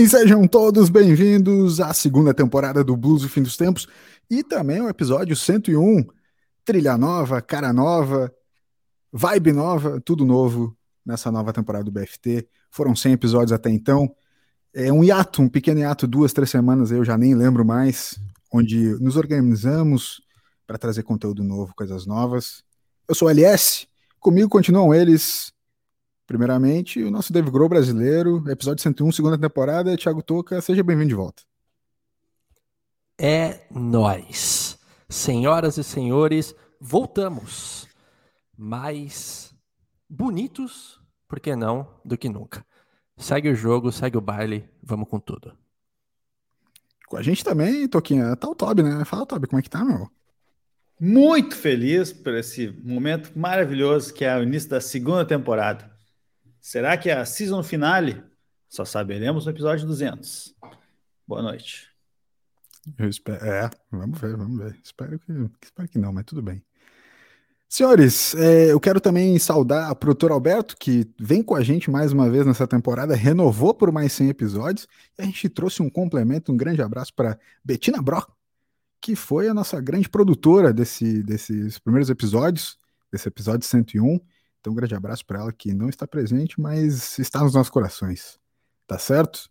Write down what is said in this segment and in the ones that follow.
bem, sejam todos bem-vindos à segunda temporada do Blues do Fim dos Tempos e também o episódio 101, trilha nova, cara nova, vibe nova, tudo novo nessa nova temporada do BFT. Foram 100 episódios até então, um pequeno hiato, 2, 3 semanas, eu já nem lembro mais, onde nos organizamos para trazer conteúdo novo, coisas novas. Eu sou o LS, comigo continuam eles. Primeiramente, o nosso Dave Grohl brasileiro, episódio 101, segunda temporada. Thiago Toca, seja bem-vindo de volta. É nóis. Senhoras e senhores, voltamos. Mais bonitos, por que não, do que nunca. Segue o jogo, segue o baile, vamos com tudo. Com a gente também, Toquinha, tá o Toby, né? Fala, Toby, como é que tá, meu? Muito feliz por esse momento maravilhoso que é o início da segunda temporada. Será que é a season finale? Só saberemos no episódio 200. Boa noite. Eu espero, vamos ver. Espero que não, mas tudo bem. Senhores, eu quero também saudar o produtor Alberto, que vem com a gente mais uma vez nessa temporada, renovou por mais 100 episódios, e a gente trouxe um complemento, um grande abraço para Bettina Brock, que foi a nossa grande produtora desses primeiros episódios, desse episódio 101. Então, um grande abraço para ela, que não está presente, mas está nos nossos corações. Tá certo?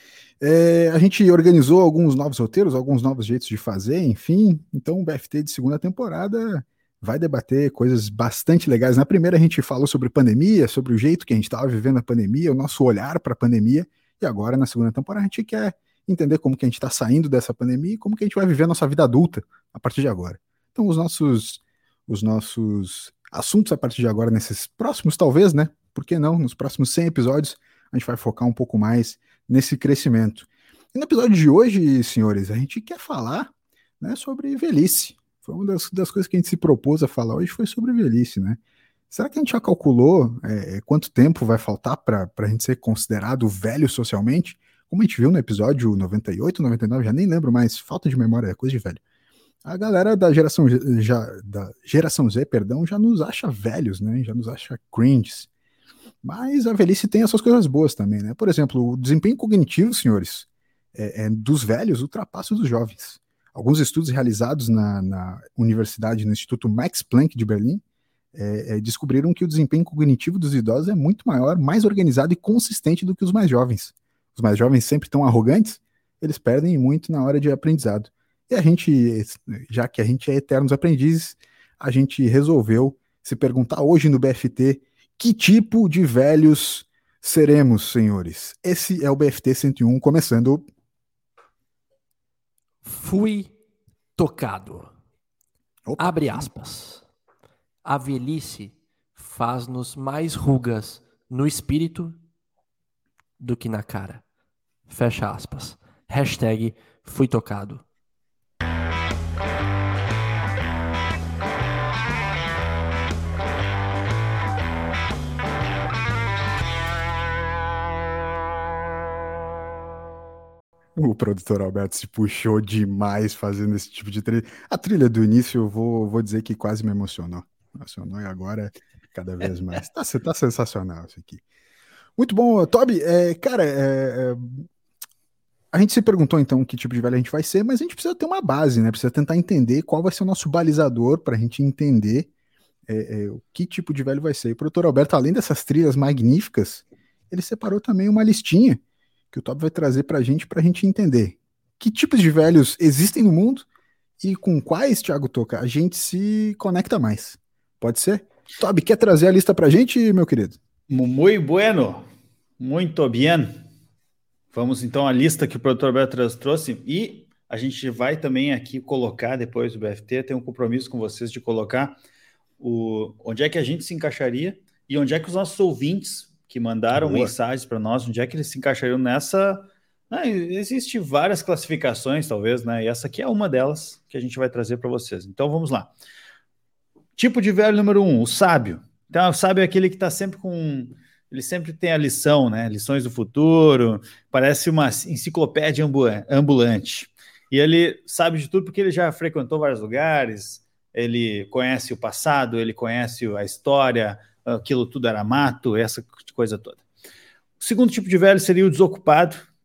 A gente organizou alguns novos roteiros, alguns novos jeitos de fazer, enfim. Então, o BFT de segunda temporada vai debater coisas bastante legais. Na primeira, a gente falou sobre pandemia, sobre o jeito que a gente estava vivendo a pandemia, o nosso olhar para a pandemia. E agora, na segunda temporada, a gente quer entender como que a gente está saindo dessa pandemia e como que a gente vai viver a nossa vida adulta a partir de agora. Então, os nossos assuntos a partir de agora, nesses próximos, talvez, né? Por que não? Nos próximos 100 episódios, a gente vai focar um pouco mais nesse crescimento. E no episódio de hoje, senhores, a gente quer falar, né, sobre velhice. Foi uma das coisas que a gente se propôs a falar hoje, foi sobre velhice, né? Será que a gente já calculou quanto tempo vai faltar para a gente ser considerado velho socialmente? Como a gente viu no episódio 98, 99, já nem lembro mais, falta de memória, é coisa de velho. A galera da geração Z, perdão, já nos acha velhos, né? Já nos acha cringes. Mas a velhice tem as suas coisas boas também, né? Por exemplo, o desempenho cognitivo, senhores, dos velhos ultrapassa o dos jovens. Alguns estudos realizados na universidade, no Instituto Max Planck de Berlim, descobriram que o desempenho cognitivo dos idosos é muito maior, mais organizado e consistente do que os mais jovens. Os mais jovens sempre tão arrogantes, eles perdem muito na hora de aprendizado. E a gente, já que a gente é eternos aprendizes, a gente resolveu se perguntar hoje no BFT que tipo de velhos seremos, senhores. Esse é o BFT 101, começando. Fui tocado. Opa. Abre aspas. A velhice faz-nos mais rugas no espírito do que na cara. Fecha aspas. Hashtag fui tocado. O produtor Alberto se puxou demais fazendo esse tipo de trilha. A trilha do início, eu vou dizer que quase me emocionou. Emocionou e agora cada vez mais. Tá sensacional isso aqui. Muito bom, Toby. Cara, a gente se perguntou então que tipo de velho a gente vai ser, mas a gente precisa ter uma base, né? Precisa tentar entender qual vai ser o nosso balizador para a gente entender o que tipo de velho vai ser. E o produtor Alberto, além dessas trilhas magníficas, ele separou também uma listinha que o Toby vai trazer para a gente entender que tipos de velhos existem no mundo e com quais, Thiago Toca, a gente se conecta mais. Pode ser? Toby, quer trazer a lista para a gente, meu querido? Muito bueno. Muito bien. Vamos então à lista que o produtor Alberto trouxe e a gente vai também aqui colocar, depois do BFT, tem um compromisso com vocês de colocar onde é que a gente se encaixaria e onde é que os nossos ouvintes que mandaram mensagens para nós, onde é que eles se encaixariam nessa... Existem várias classificações, talvez, né? E essa aqui é uma delas que a gente vai trazer para vocês. Então, vamos lá. Tipo de velho número 1, o sábio. Então, o sábio é aquele que está sempre com... Ele sempre tem a lição, né? Lições do futuro, parece uma enciclopédia ambulante. E ele sabe de tudo porque ele já frequentou vários lugares, ele conhece o passado, ele conhece a história, aquilo tudo era mato, essa coisa toda. O segundo tipo de velho seria o desocupado,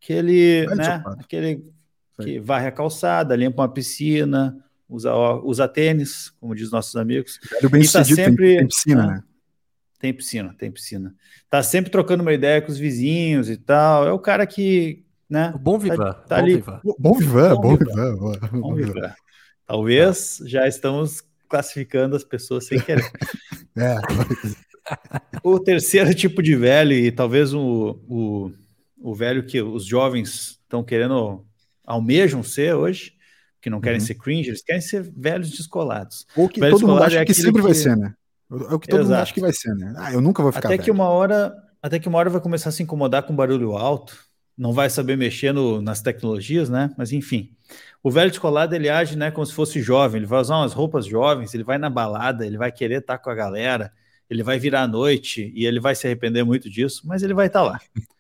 Aquele, Velho né? desocupado. Aquele que varre a calçada, limpa uma piscina, usa tênis, como diz nossos amigos. Velho bem E tá sucedido, sempre, tem piscina, né? né? Tem piscina. Tá sempre trocando uma ideia com os vizinhos e tal. É o cara que, né? O bom vivan, Tá bom ali. vivan. Bom vivan, Bom bom vivan. vivan. Bom vivan. Talvez já estamos classificando as pessoas sem querer. É. O terceiro tipo de velho, e talvez o velho que os jovens estão querendo, almejam ser hoje, que não querem ser cringe, eles querem ser velhos descolados. Ou que Velho todo mundo descolado acha é que aquele sempre vai que... ser, né? É o que todo mundo acha que Exato. vai ser, né? Eu nunca vou ficar Até que velho. uma hora vai começar a se incomodar com barulho alto, não vai saber mexer nas tecnologias, né? Mas enfim, o velho descolado ele age, né, como se fosse jovem, ele vai usar umas roupas jovens, ele vai na balada, ele vai querer estar com a galera, ele vai virar à noite e ele vai se arrepender muito disso, mas ele vai estar lá.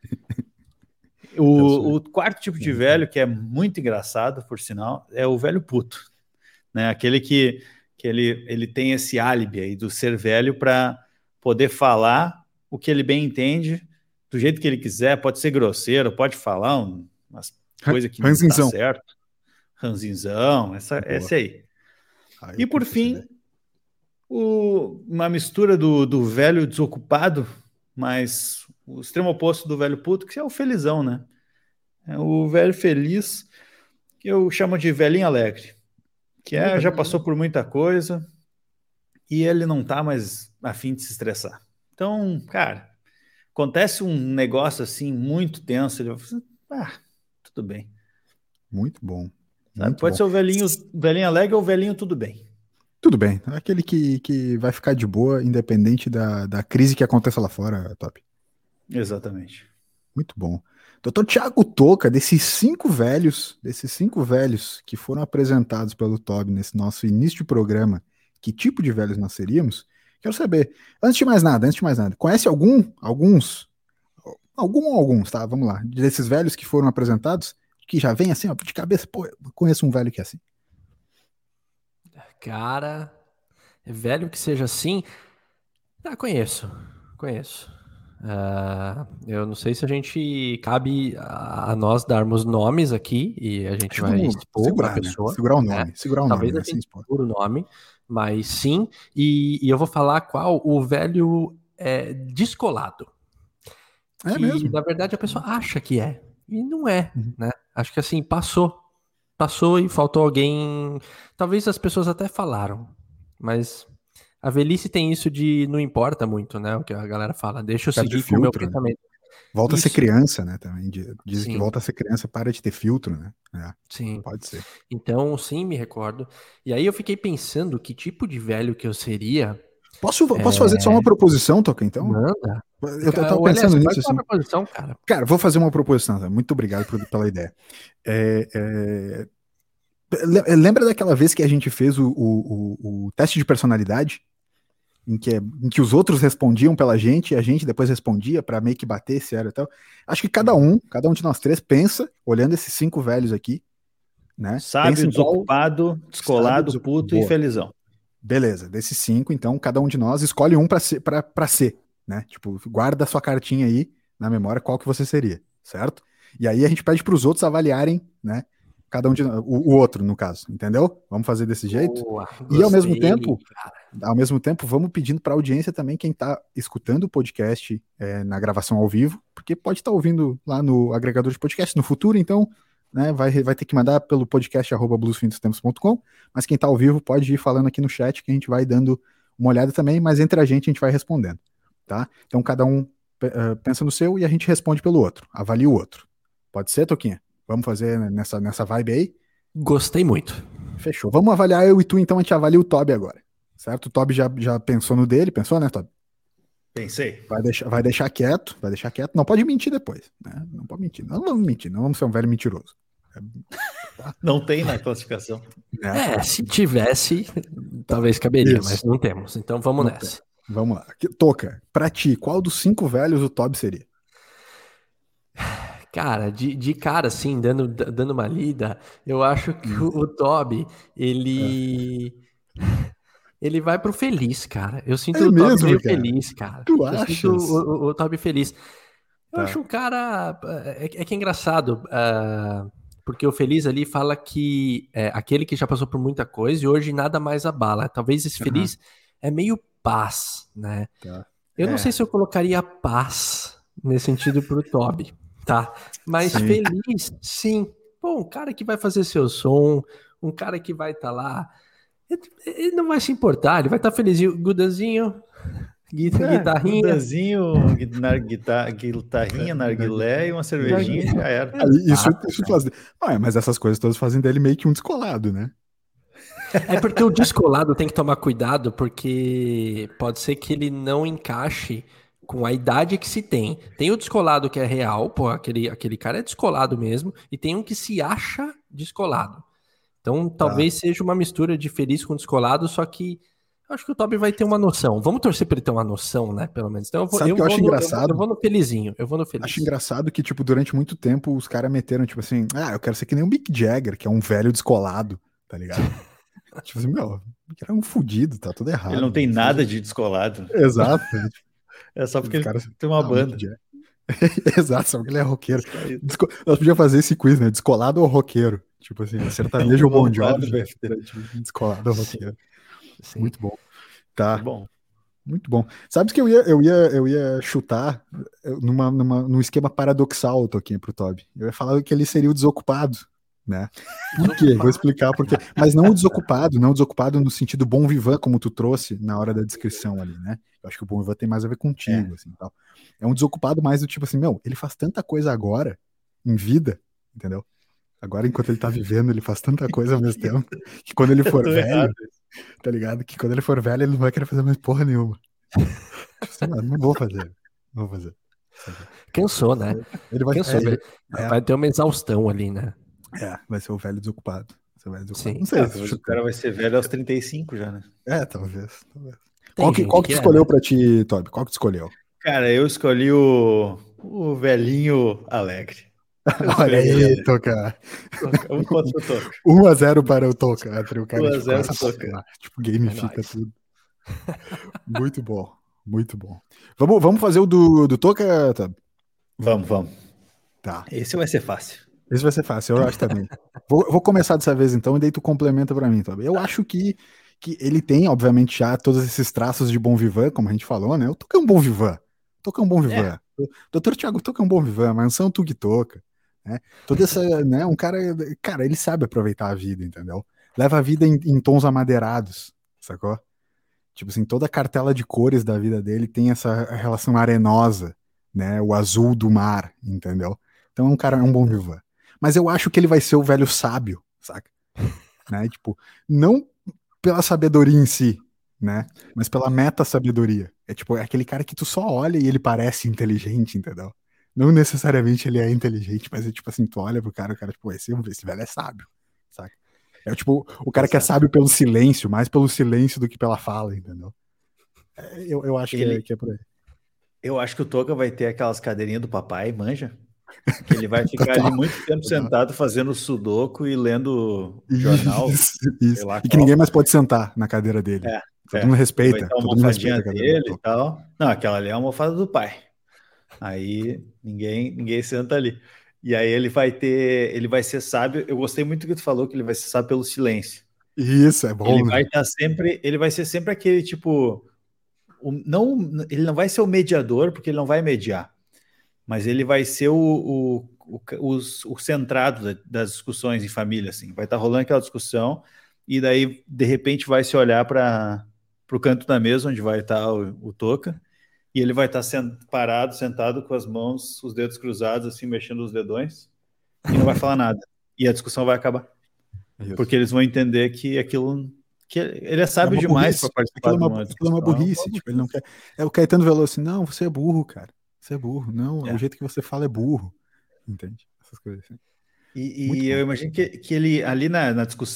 O quarto tipo de velho, que é muito engraçado, por sinal, é o velho puto, né? Aquele que ele tem esse álibi aí do ser velho para poder falar o que ele bem entende, do jeito que ele quiser, pode ser grosseiro, pode falar umas coisas que não tá certo. Ranzinzão, esse aí. E por fim, uma mistura do velho desocupado, mas o extremo oposto do velho puto, que é o felizão, né? É o velho feliz, que eu chamo de velhinho alegre, que já passou por muita coisa e ele não tá mais a fim de se estressar. Então, cara, acontece um negócio assim muito tenso, ele vai falar, tudo bem. Muito bom. Sabe? Pode ser o velhinho alegre ou o velhinho tudo bem. Tudo bem. Aquele que vai ficar de boa, independente da crise que aconteça lá fora, top. Exatamente. Muito bom. Dr. Thiago Toca, desses cinco velhos que foram apresentados pelo Toby nesse nosso início de programa, que tipo de velhos nós seríamos? Quero saber, antes de mais nada, conhece alguns, tá? Vamos lá. Desses velhos que foram apresentados, que já vem assim, ó, de cabeça, pô, eu conheço um velho que é assim. Cara, velho que seja assim, conheço. Eu não sei se a gente cabe a nós darmos nomes aqui e a gente vai expor a pessoa. Né? Segurar o nome, Talvez né? a gente segura o nome, mas sim, e eu vou falar qual o velho descolado. É mesmo? Na verdade a pessoa acha que é, e não é, né? Acho que assim, passou e faltou alguém. Talvez as pessoas até falaram, mas a velhice tem isso de não importa muito, né? O que a galera fala, deixa eu seguir com o meu pensamento. Volta a ser criança, né? Também dizem que volta a ser criança, para de ter filtro, né? Sim. Pode ser. Então, sim, me recordo. E aí eu fiquei pensando que tipo de velho que eu seria. Posso fazer só uma proposição, Toca, então? Manda. Eu tava pensando nisso. Assim. Uma proposição, cara. Cara, vou fazer uma proposição. Tá? Muito obrigado pela ideia. Lembra daquela vez que a gente fez o teste de personalidade? Em que os outros respondiam pela gente e a gente depois respondia para meio que bater se era e tal. Acho que cada um de nós três pensa, olhando esses cinco velhos aqui, né? Sábio, desocupado, descolado, puto e felizão. Beleza, desses cinco, então, cada um de nós escolhe um para ser, né? Tipo, guarda a sua cartinha aí na memória qual que você seria, certo? E aí a gente pede para os outros avaliarem, né? Cada um de nós, o outro, no caso, entendeu? Vamos fazer desse jeito. Gostei, e ao mesmo tempo, vamos pedindo para a audiência também, quem está escutando o podcast na gravação ao vivo, porque pode estar ouvindo lá no agregador de podcast no futuro, então, né, vai ter que mandar pelo podcast@bluesfindostempos.com, mas quem está ao vivo pode ir falando aqui no chat que a gente vai dando uma olhada também, mas entre a gente vai respondendo, tá? Então cada um pensa no seu e a gente responde pelo outro, avalia o outro. Pode ser, Toquinha? Vamos fazer nessa vibe aí? Gostei muito. Fechou. Vamos avaliar eu e tu, então a gente avalia o Toby agora. Certo? O Toby já pensou no dele, pensou, né, Toby? Pensei. Vai deixar quieto. Não pode mentir depois, né? Não pode mentir. Não vamos mentir, não vamos ser um velho mentiroso. Tá? Não tem na classificação. Se tivesse, talvez caberia, mas não temos. Então vamos nessa. Vamos lá. Toca, pra ti, qual dos cinco velhos o Toby seria? Cara, de cara, assim, dando uma lida, eu acho que o Toby, ele vai pro feliz, cara. Eu sinto o Toby meio feliz, cara. Tu acha? Sinto o Toby feliz. Eu acho um cara. É que é engraçado, porque o Feliz ali fala que é aquele que já passou por muita coisa e hoje nada mais abala. Talvez esse Feliz é meio paz, né? Tá. Eu não sei se eu colocaria paz nesse sentido pro Toby, tá? Mas Sim. feliz, sim. Pô, um cara que vai fazer seu som, um cara que vai estar lá, ele não vai se importar, ele vai estar felizinho, Gudazinho, guitarrinha. Gudazinho, guitarrinha, narguilé e uma cervejinha já era. Isso faz. Mas essas coisas todas fazem dele meio que um descolado, né? É porque o descolado tem que tomar cuidado, porque pode ser que ele não encaixe com a idade que se tem. Tem o descolado que é real, pô, aquele cara é descolado mesmo, e tem um que se acha descolado. Então talvez seja uma mistura de feliz com descolado, só que eu acho que o Toby vai ter uma noção. Vamos torcer para ele ter uma noção, né? Pelo menos. Então Sabe o que eu acho engraçado? Eu vou no felizinho. Eu vou no feliz. Acho engraçado que, tipo, durante muito tempo os caras meteram, tipo assim, eu quero ser que nem o Mick Jagger, que é um velho descolado, tá ligado? Tipo assim, meu, era um fudido, tá tudo errado. Ele não tem nada de descolado. Exato. É só porque ele tem uma banda. Exato, só porque ele é roqueiro. Nós podíamos fazer esse quiz, né? Descolado ou roqueiro? Tipo assim, sertanejo ou Bon Jovi? Descolado ou roqueiro. Sim. Muito bom. Tá. Bom. Muito bom. Sabes que eu ia chutar num esquema paradoxal, Toquinho, pro Toby. Eu ia falar que ele seria o desocupado, né? Por quê? Vou explicar por quê. Mas não o desocupado no sentido bom vivant, como tu trouxe na hora da descrição ali, né? Eu acho que o bom vivant tem mais a ver contigo, assim, tal. É um desocupado mais do tipo assim, ele faz tanta coisa agora, em vida, entendeu? Agora, enquanto ele tá vivendo, ele faz tanta coisa ao mesmo tempo, que quando ele for velho, tá ligado? Que quando ele for velho, ele não vai querer fazer mais porra nenhuma. Não vou fazer. Cansou, né? Ele vai, Cansou. Vai ter uma exaustão ali, né? Vai ser o velho desocupado. Sim. Não sei. O cara vai ser velho aos 35 já, né? Talvez. Qual que tu escolheu pra ti, Toby? Qual que tu escolheu? Cara, eu escolhi o velhinho alegre. Olha aí, Toca. 1-0 para o Toca. 1-0 Toca. Tipo, gamifica tudo. Muito bom. Muito bom. Vamos fazer o do Toca, Toby? Vamos. Tá. Esse vai ser fácil. Esse vai ser fácil, eu acho também. Vou começar dessa vez então, e daí tu complementa pra mim, Toby. Eu acho que ele tem, obviamente, já todos esses traços de bom vivant, como a gente falou, né? O Toca é um bom vivant. Doutor Thiago Toca é um bom vivant, Mansão Tug Toca. Né? Toda essa, né? Um cara, ele sabe aproveitar a vida, entendeu? Leva a vida em tons amadeirados, sacou? Tipo assim, toda a cartela de cores da vida dele tem essa relação arenosa, né? O azul do mar, entendeu? Então é um bom vivant. Mas eu acho que ele vai ser o velho sábio, saca? Né? Tipo, não pela sabedoria em si, né? Mas pela meta-sabedoria. É tipo, é aquele cara que tu só olha e ele parece inteligente, entendeu? Não necessariamente ele é inteligente, mas é tipo assim, tu olha pro cara, o cara, tipo, esse velho é sábio, saca? É tipo, o cara que é sábio pelo silêncio, mais pelo silêncio do que pela fala, entendeu? Eu acho que é por aí. Eu acho que o Toca vai ter aquelas cadeirinhas do papai, manja? Que ele vai ficar ali muito tempo sentado fazendo sudoku e lendo jornal. Isso. E que ninguém mais pode sentar na cadeira dele. Todo mundo respeita. Todo mundo respeita a cadeira dele e tal. Não, aquela ali é a almofada do pai. Aí ninguém senta ali. E aí ele vai ser sábio. Eu gostei muito que tu falou que ele vai ser sábio pelo silêncio. Isso, é bom. Ele vai ser sempre aquele tipo. Ele não vai ser o mediador, porque ele não vai mediar. Mas ele vai ser o centrado das discussões em família, assim. Vai estar rolando aquela discussão e daí, de repente, vai se olhar para o canto da mesa onde vai estar o Toca e ele vai estar sentado com as mãos, os dedos cruzados, assim, mexendo os dedões e não vai falar nada. E a discussão vai acabar. Isso. Porque eles vão entender que aquilo... que ele é sábio demais para participar de uma discussão. Aquilo é uma burrice. Tipo, ele não quer... O Caetano falou assim, não, você é burro, cara. Você é burro. Não, o jeito que você fala é burro. Entende? Essas coisas assim. E eu imagino que ele, ali na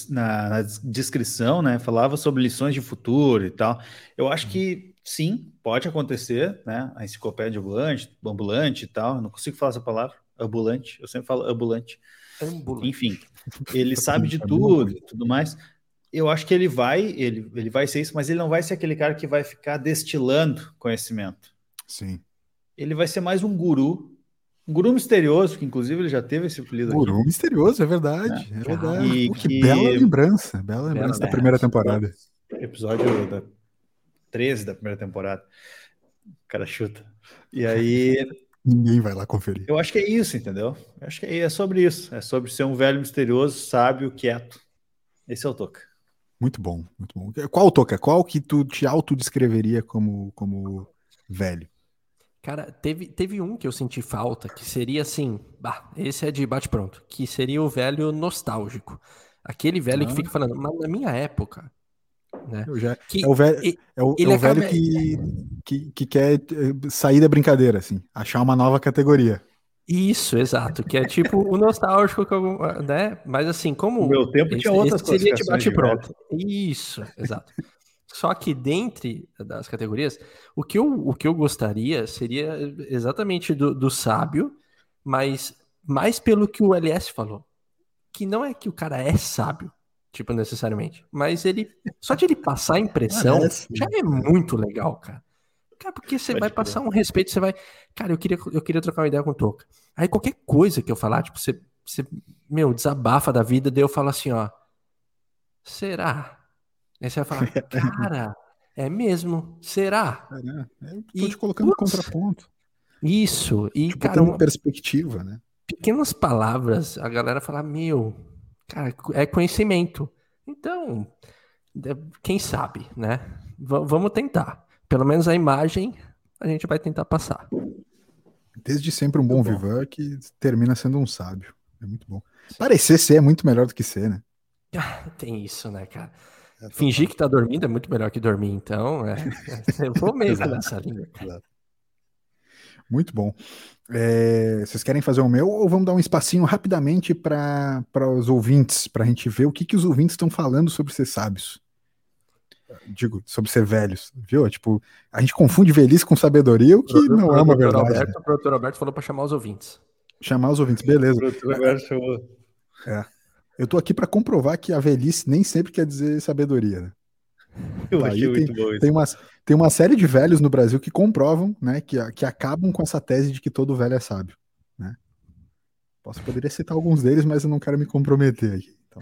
descrição, né, falava sobre lições de futuro e tal. Eu acho que, sim, pode acontecer, né? A enciclopédia ambulante e tal. Eu não consigo falar essa palavra, ambulante. Eu sempre falo ambulante. Enfim, ele sabe de tudo e tudo mais. Eu acho que ele vai ser isso, mas ele não vai ser aquele cara que vai ficar destilando conhecimento. Sim. Ele vai ser mais um guru Um guru misterioso, que inclusive ele já teve esse apelido aqui. Guru misterioso, é verdade. É verdade. E Pô, que bela lembrança. Bela lembrança da primeira temporada. Episódio da 13 da primeira temporada. O cara chuta. E aí... Ninguém vai lá conferir. Eu acho que é isso, entendeu? Eu acho que é sobre isso. É sobre ser um velho misterioso, sábio, quieto. Esse é o Toca. Muito bom, muito bom. Qual, Toca? Qual que tu te autodescreveria como velho? Cara, teve um que eu senti falta, que seria assim, esse é de bate-pronto, que seria o velho nostálgico. Aquele velho que fica falando, mas na minha época, né? É o velho, é o velho que quer sair da brincadeira, assim, achar uma nova categoria. Isso, exato, que é tipo o nostálgico, né? Mas assim, como... No meu tempo tinha outras esse seria de classificações de bate-pronto. Isso, exato. Só que dentre das categorias, o que eu gostaria seria exatamente do sábio, mas mais pelo que o LS falou. Que não é que o cara é sábio, tipo, necessariamente, mas só de ele passar a impressão já é muito legal, cara. Cara, porque você vai passar um respeito, você vai... Cara, eu queria trocar uma ideia com o Toca. Aí qualquer coisa que eu falar, tipo, você desabafa da vida, daí eu falo assim, ó, será? Aí você vai falar, cara, é mesmo, será? Eu tô te colocando no contraponto. Isso, e tipo, cara, botando em perspectiva, né? Pequenas palavras, a galera fala, cara, é conhecimento. Então, quem sabe, né? Vamos tentar. Pelo menos a imagem a gente vai tentar passar. Desde sempre um bom vivan que termina sendo um sábio. É muito bom. Parecer ser é muito melhor do que ser, né? Tem isso, né, cara? Fingir que tá dormindo é muito melhor que dormir, então eu vou meio que nessa linha. Cara. Muito bom. Vocês querem fazer o meu ou vamos dar um espacinho rapidamente para os ouvintes, para a gente ver o que os ouvintes estão falando sobre ser sábios? Digo, sobre ser velhos, viu? Tipo, a gente confunde velhice com sabedoria, o que não é uma verdade. O produtor Alberto falou para chamar os ouvintes. Chamar os ouvintes, beleza. O produtor Alberto chamou. Eu tô aqui para comprovar que a velhice nem sempre quer dizer sabedoria, né? Eu achei muito bom isso. Tem uma série de velhos no Brasil que comprovam, né, que acabam com essa tese de que todo velho é sábio, né? Poderia citar alguns deles, mas eu não quero me comprometer aqui. Então.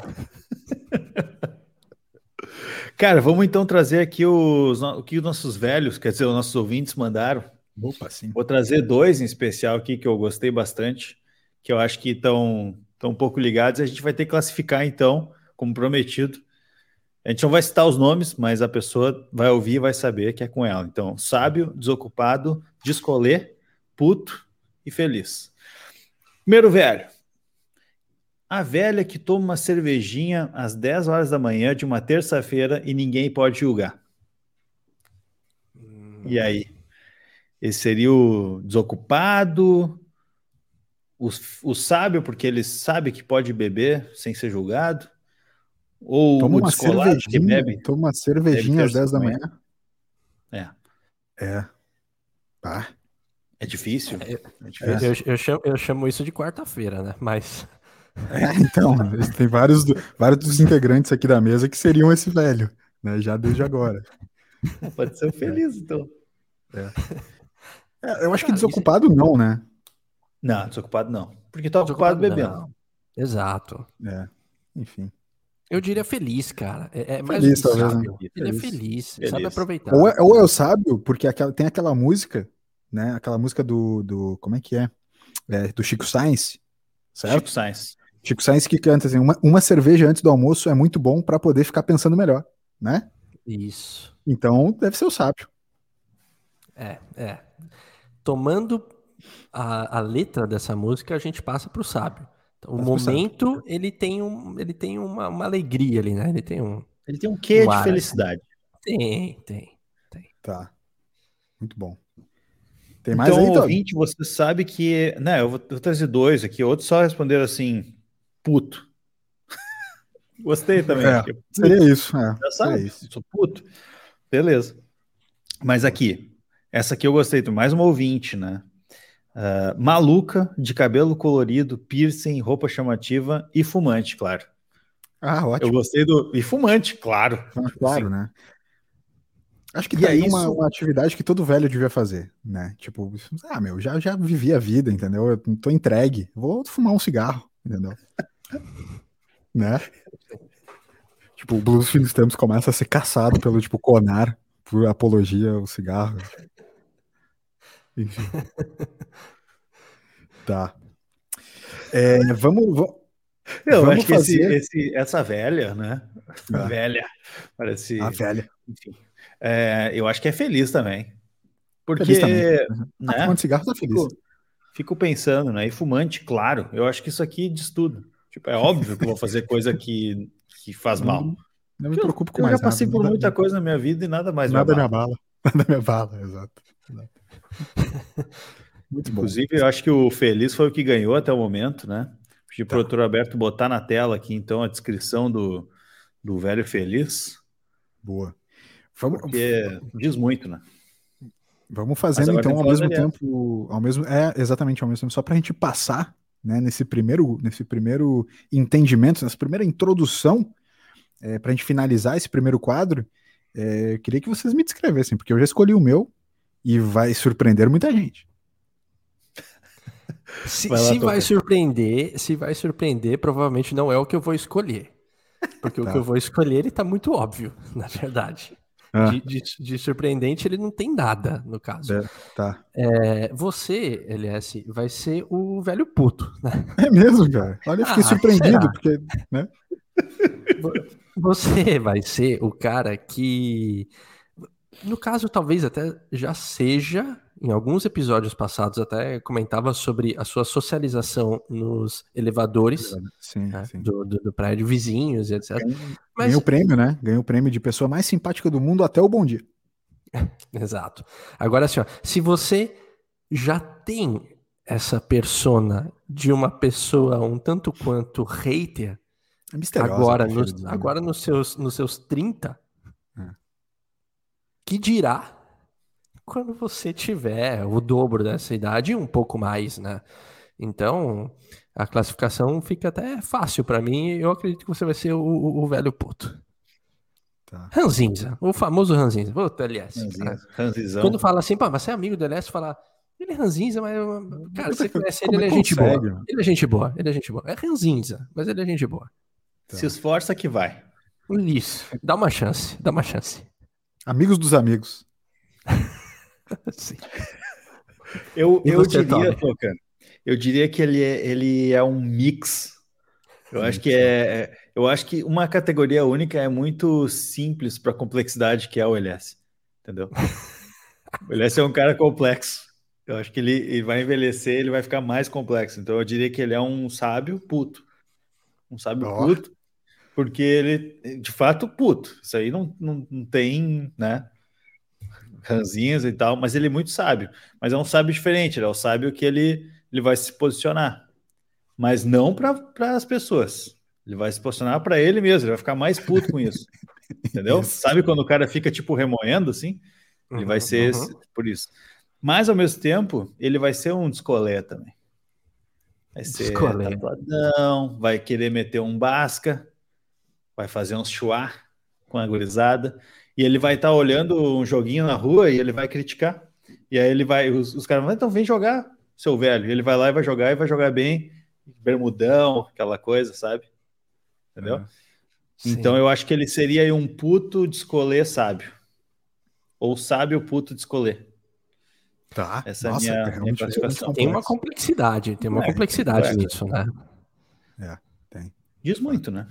Cara, vamos então trazer aqui o que os nossos velhos, quer dizer, os nossos ouvintes mandaram. Opa, sim. Vou trazer dois em especial aqui que eu gostei bastante, que eu acho que estão um pouco ligados. A gente vai ter que classificar então, como prometido. A gente não vai citar os nomes, mas a pessoa vai ouvir e vai saber que é com ela. Então, sábio, desocupado, descolê, puto e feliz. Primeiro velho. A velha que toma uma cervejinha às 10 horas da manhã de uma terça-feira e ninguém pode julgar. E aí? Esse seria o desocupado, o sábio, porque ele sabe que pode beber sem ser julgado, ou toma o uma descolado que bebe. Toma uma cervejinha às 10 da manhã. Tá. É difícil. Eu chamo isso de quarta-feira, né? Mas... então, tem vários dos integrantes aqui da mesa que seriam esse velho, né? Já desde agora. Pode ser feliz, então. Eu acho que desocupado não, né? Não, desocupado não. Porque tá ocupado bebendo. Não. Exato. Enfim. Eu diria feliz, cara. É mais feliz, do que talvez, sábio. né? Ele é feliz, sabe aproveitar. Ou é o sábio, porque tem aquela música, né? Aquela música do como é que é? Do Chico Science, certo? Chico Science que canta assim, uma cerveja antes do almoço é muito bom para poder ficar pensando melhor, né? Isso. Então deve ser o sábio. Tomando a letra dessa música, a gente passa pro sábio. Então, o momento, ele tem uma alegria ali, né? Ele tem um quê de felicidade. Tem. Tá. Muito bom. Tem mais então, aí, Todd? ouvinte, você sabe que... Né, eu vou trazer dois aqui. Outros só responderam assim, puto. Gostei também. Seria isso. Já sabe, sou puto. Beleza. Mas aqui, essa aqui eu gostei. Tem mais uma ouvinte, né? Maluca, de cabelo colorido, piercing, roupa chamativa e fumante, claro. Ótimo. Eu gostei do... E fumante, claro. Claro, né? Acho que E tá aí é isso. uma atividade que todo velho devia fazer, né? Tipo, já vivi a vida, entendeu? Eu tô entregue, vou fumar um cigarro, entendeu? Né? Tipo, o Blues Filisteus começa a ser caçado pelo, tipo, CONAR por apologia ao cigarro. Enfim, tá. Eu Vamos acho que fazer essa velha, né? é, Velha, a parece. velha. Enfim. Eu acho que é feliz também. Feliz também. Porque, Uhum. Tá fumando né? cigarro, tá feliz. Fico pensando, né? E fumante, claro. Eu acho que isso aqui diz tudo. Tipo, é óbvio que eu vou fazer coisa que faz mal. Não me Porque preocupo com eu já mais nada. passei por muita coisa na minha vida e nada mais me Nada me abala. abala. Nada me abala, exato. Muito bom. Inclusive, eu acho que o Feliz foi o que ganhou até o momento, né? Pedi Tá. pro doutor Alberto botar na tela aqui, então, a descrição do velho Feliz, Boa. Vamos, porque diz muito, né? vamos Mas fazendo agora tem então que ao falar do mesmo LS. tempo, exatamente ao mesmo tempo, só para a gente passar, né, nesse primeiro entendimento, nessa primeira introdução, para a gente finalizar esse primeiro quadro, eu queria que vocês me descrevessem, porque eu já escolhi o meu e vai surpreender muita gente. Vai lá, Se vai surpreender, provavelmente não é o que eu vou escolher. Porque o que eu Tá. vou escolher, ele tá muito óbvio, na verdade. Ah, De surpreendente, ele não tem nada, no caso. tá. Você, LS, vai ser o velho puto, né? É mesmo, cara. Olha, eu fiquei surpreendido, será? porque, né? Você vai ser o cara que, no caso, talvez até já seja, em alguns episódios passados, até comentava sobre a sua socialização nos elevadores, Sim, né, sim. do prédio, vizinhos e etc. Ganhou o Mas, prêmio, né? Ganhou o prêmio de pessoa mais simpática do mundo até o Bom Dia. exato. Agora, assim, ó, se você já tem essa persona de uma pessoa um tanto quanto hater, É misteriosa, eu prefiro dizer, né? agora nos seus 30, É. que dirá quando você tiver o dobro dessa idade e um pouco mais, né? Então, a classificação fica até fácil pra mim. Eu acredito que você vai ser o velho puto. Tá. Ranzinza, o famoso Ranzinza. Puta, LS, cara. Quando Ranzizão. fala assim, pá, mas você é amigo do LS, fala, ele é Ranzinza, mas, cara, você conhece ele, Como é ele é que gente consegue, boa. mano? Ele é gente boa, ele é gente boa. É Ranzinza, mas ele é gente boa. Tá. Se esforça que vai. Isso, dá uma chance, dá uma chance. Amigos dos amigos. Sim. Eu, E eu você, diria, Toby? Tocan, eu diria que ele é um mix. Eu acho que uma categoria única é muito simples para a complexidade que é o LS, entendeu? O LS é um cara complexo. Eu acho que ele vai envelhecer, ele vai ficar mais complexo. Então eu diria que ele é um sábio puto. Um sábio Ó, puto, porque ele, de fato, puto. Isso aí não tem, né, ranzinhas e tal, mas ele é muito sábio. Mas é um sábio diferente, ele é o sábio que ele vai se posicionar. Mas não para as pessoas. Ele vai se posicionar para ele mesmo, ele vai ficar mais puto com isso. Entendeu? isso. Sabe quando o cara fica tipo remoendo assim? Ele vai ser por isso. Mas ao mesmo tempo, ele vai ser um descolé também. Vai ser Descolé. tatuadão, vai querer meter um basca, vai fazer uns chuá com a gurizada, e ele vai estar olhando um joguinho na rua e ele vai criticar. E aí ele vai, os caras vão, então vem jogar, seu velho. E ele vai lá e vai jogar bem, bermudão, aquela coisa, sabe? Entendeu? É. Então Sim. eu acho que ele seria aí um puto de escolher sábio. Ou sábio puto de escolher. Tá. Essa é a Nossa, minha realmente classificação. complexo. Tem uma complexidade Complexo. nisso, né? Tem. Diz muito, né?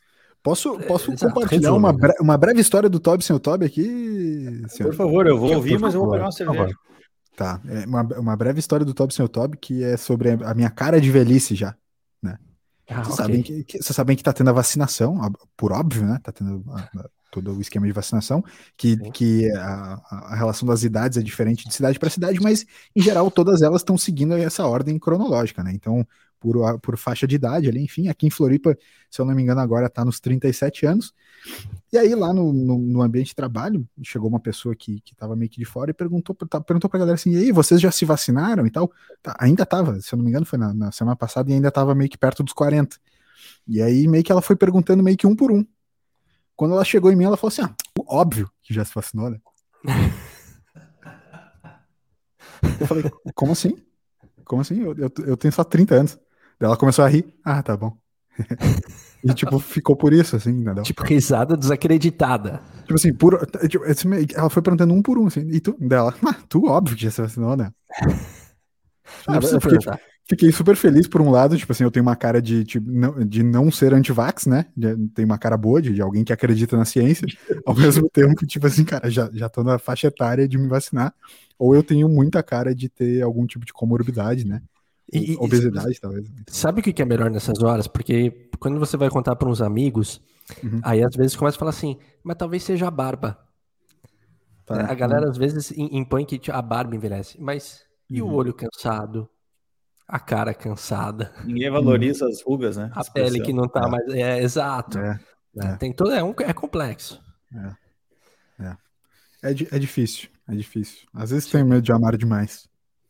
Posso Exato, compartilhar resume, né? uma breve história do Toby sem o Toby aqui, senhor? Por favor, eu vou ouvir, Por mas eu vou favor, pegar uma por favor. cerveja. Tá. Uma breve história do Toby sem o Toby, que é sobre a minha cara de velhice já, né? Vocês Ok. sabem que tá tendo a vacinação, por óbvio, né? Tá tendo todo o esquema de vacinação, Sim. que a relação das idades é diferente de cidade para cidade, mas em geral todas elas estão seguindo essa ordem cronológica, né? Então, por faixa de idade ali, enfim, aqui em Floripa, se eu não me engano, agora tá nos 37 anos. E aí, lá no ambiente de trabalho, chegou uma pessoa que tava meio que de fora e perguntou pra galera assim: e aí, vocês já se vacinaram e tal? Tá, ainda tava, se eu não me engano, foi na semana passada e ainda tava meio que perto dos 40. E aí, meio que ela foi perguntando meio que um por um. Quando ela chegou em mim, ela falou assim: óbvio que já se vacinou, né? Eu falei, como assim? Como assim? Eu tenho só 30 anos. Daí ela começou a rir. Ah, tá bom. E, tipo, ficou por isso, assim, entendeu? Tipo, risada desacreditada. Tipo assim, tipo, ela foi perguntando um por um, assim. E tu? Dela, tu, óbvio que já se vacinou, né? Não precisa Eu perguntar. fiquei super feliz por um lado, tipo assim, eu tenho uma cara de não ser anti-vax, né? Tenho uma cara boa de alguém que acredita na ciência, ao mesmo tempo, tipo assim, cara, já tô na faixa etária de me vacinar, ou eu tenho muita cara de ter algum tipo de comorbidade, né? E Obesidade, talvez. sabe o que é melhor nessas horas? Porque quando você vai contar para uns amigos, Uhum. aí às vezes começa a falar assim, mas talvez seja a barba. Né? Tá. A galera às vezes impõe que a barba envelhece, mas e o Uhum. olho cansado? A cara cansada, Ninguém valoriza as rugas, né? a pele que não tá mais. É exato. É, Né? é, Tem todo. É complexo. é. É difícil, é difícil. Às vezes Sim. tenho medo de amar demais.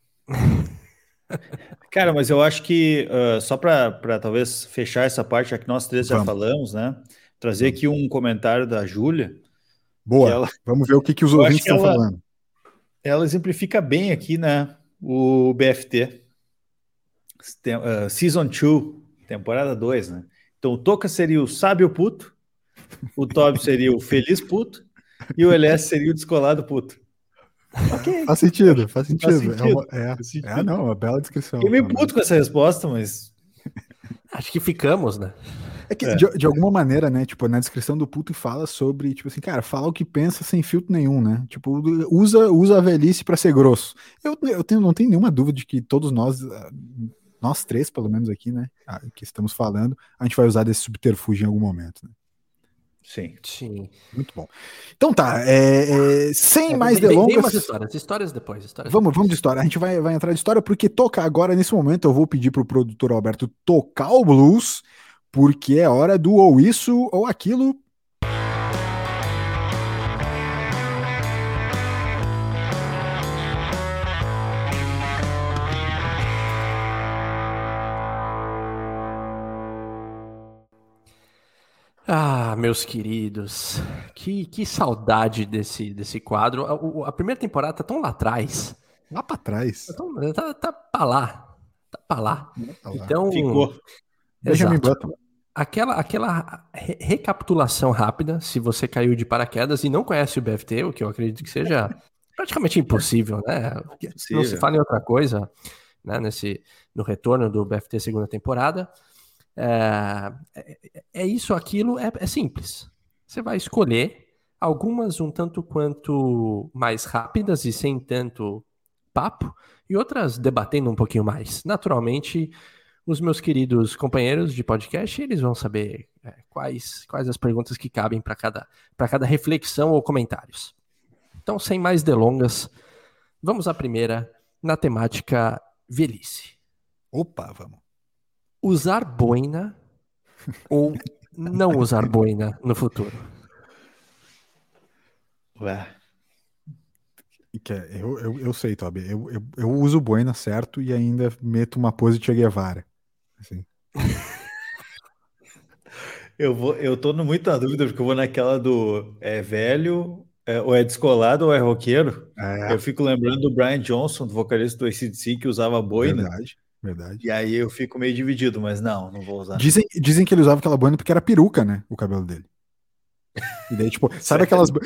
Cara, mas eu acho que só para talvez fechar essa parte, já que nós três já Vamos. falamos, né? Trazer aqui um comentário da Júlia, que Boa. Vamos ver o que os eu ouvintes acho que estão falando. ela exemplifica bem aqui, né? O BFT. Season 2, temporada 2, né? Então o Toca seria o sábio puto, o Toby seria o feliz puto e o LS seria o descolado puto. Ok. Faz sentido, faz Faz sentido. sentido. Faz sentido. Não, uma bela descrição. Fiquei meio puto com essa resposta, mas. Acho que ficamos, né? É que, de alguma maneira, né, tipo, na descrição do puto fala sobre, tipo assim, cara, fala o que pensa sem filtro nenhum, né? Tipo, usa a velhice pra ser grosso. Não tenho nenhuma dúvida de que todos nós três, pelo menos aqui, né, que estamos falando, a gente vai usar desse subterfúgio em algum momento, né? Sim. Sim. Muito bom. Então tá, sem mais Vem umas delongas. histórias depois. Vamos de história. A gente vai entrar de história porque tocar agora, nesse momento, eu vou pedir pro produtor Alberto tocar o blues, porque é hora do ou isso ou aquilo. Ah, meus queridos, que saudade desse quadro. A primeira temporada tá tão lá atrás. Lá pra trás. Tá pra lá. Tá pra lá. Tá lá. Então, Ficou. Benjamin exato. Button. Aquela recapitulação rápida, se você caiu de paraquedas e não conhece o BFT, o que eu acredito que seja praticamente impossível, né? Não se fala em outra coisa, né? No retorno do BFT segunda temporada. É isso, aquilo, é simples. Você vai escolher algumas um tanto quanto mais rápidas e sem tanto papo, e outras debatendo um pouquinho mais. Naturalmente, os meus queridos companheiros de podcast, eles vão saber quais as perguntas que cabem para cada reflexão ou comentários. Então, sem mais delongas, vamos à primeira na temática velhice. Opa, vamos. Usar boina ou não usar boina no futuro? Ué. Eu sei, Toby. Eu uso boina certo e ainda meto uma pose de Che Guevara. Assim. Eu tô muito na dúvida, porque eu vou naquela do velho, ou é descolado ou é roqueiro. Eu fico lembrando do Brian Johnson, do vocalista do AC/DC, que usava boina. Verdade. E aí eu fico meio dividido, mas não vou usar. Dizem que ele usava aquela boina porque era peruca, né? O cabelo dele. E daí, tipo, sabe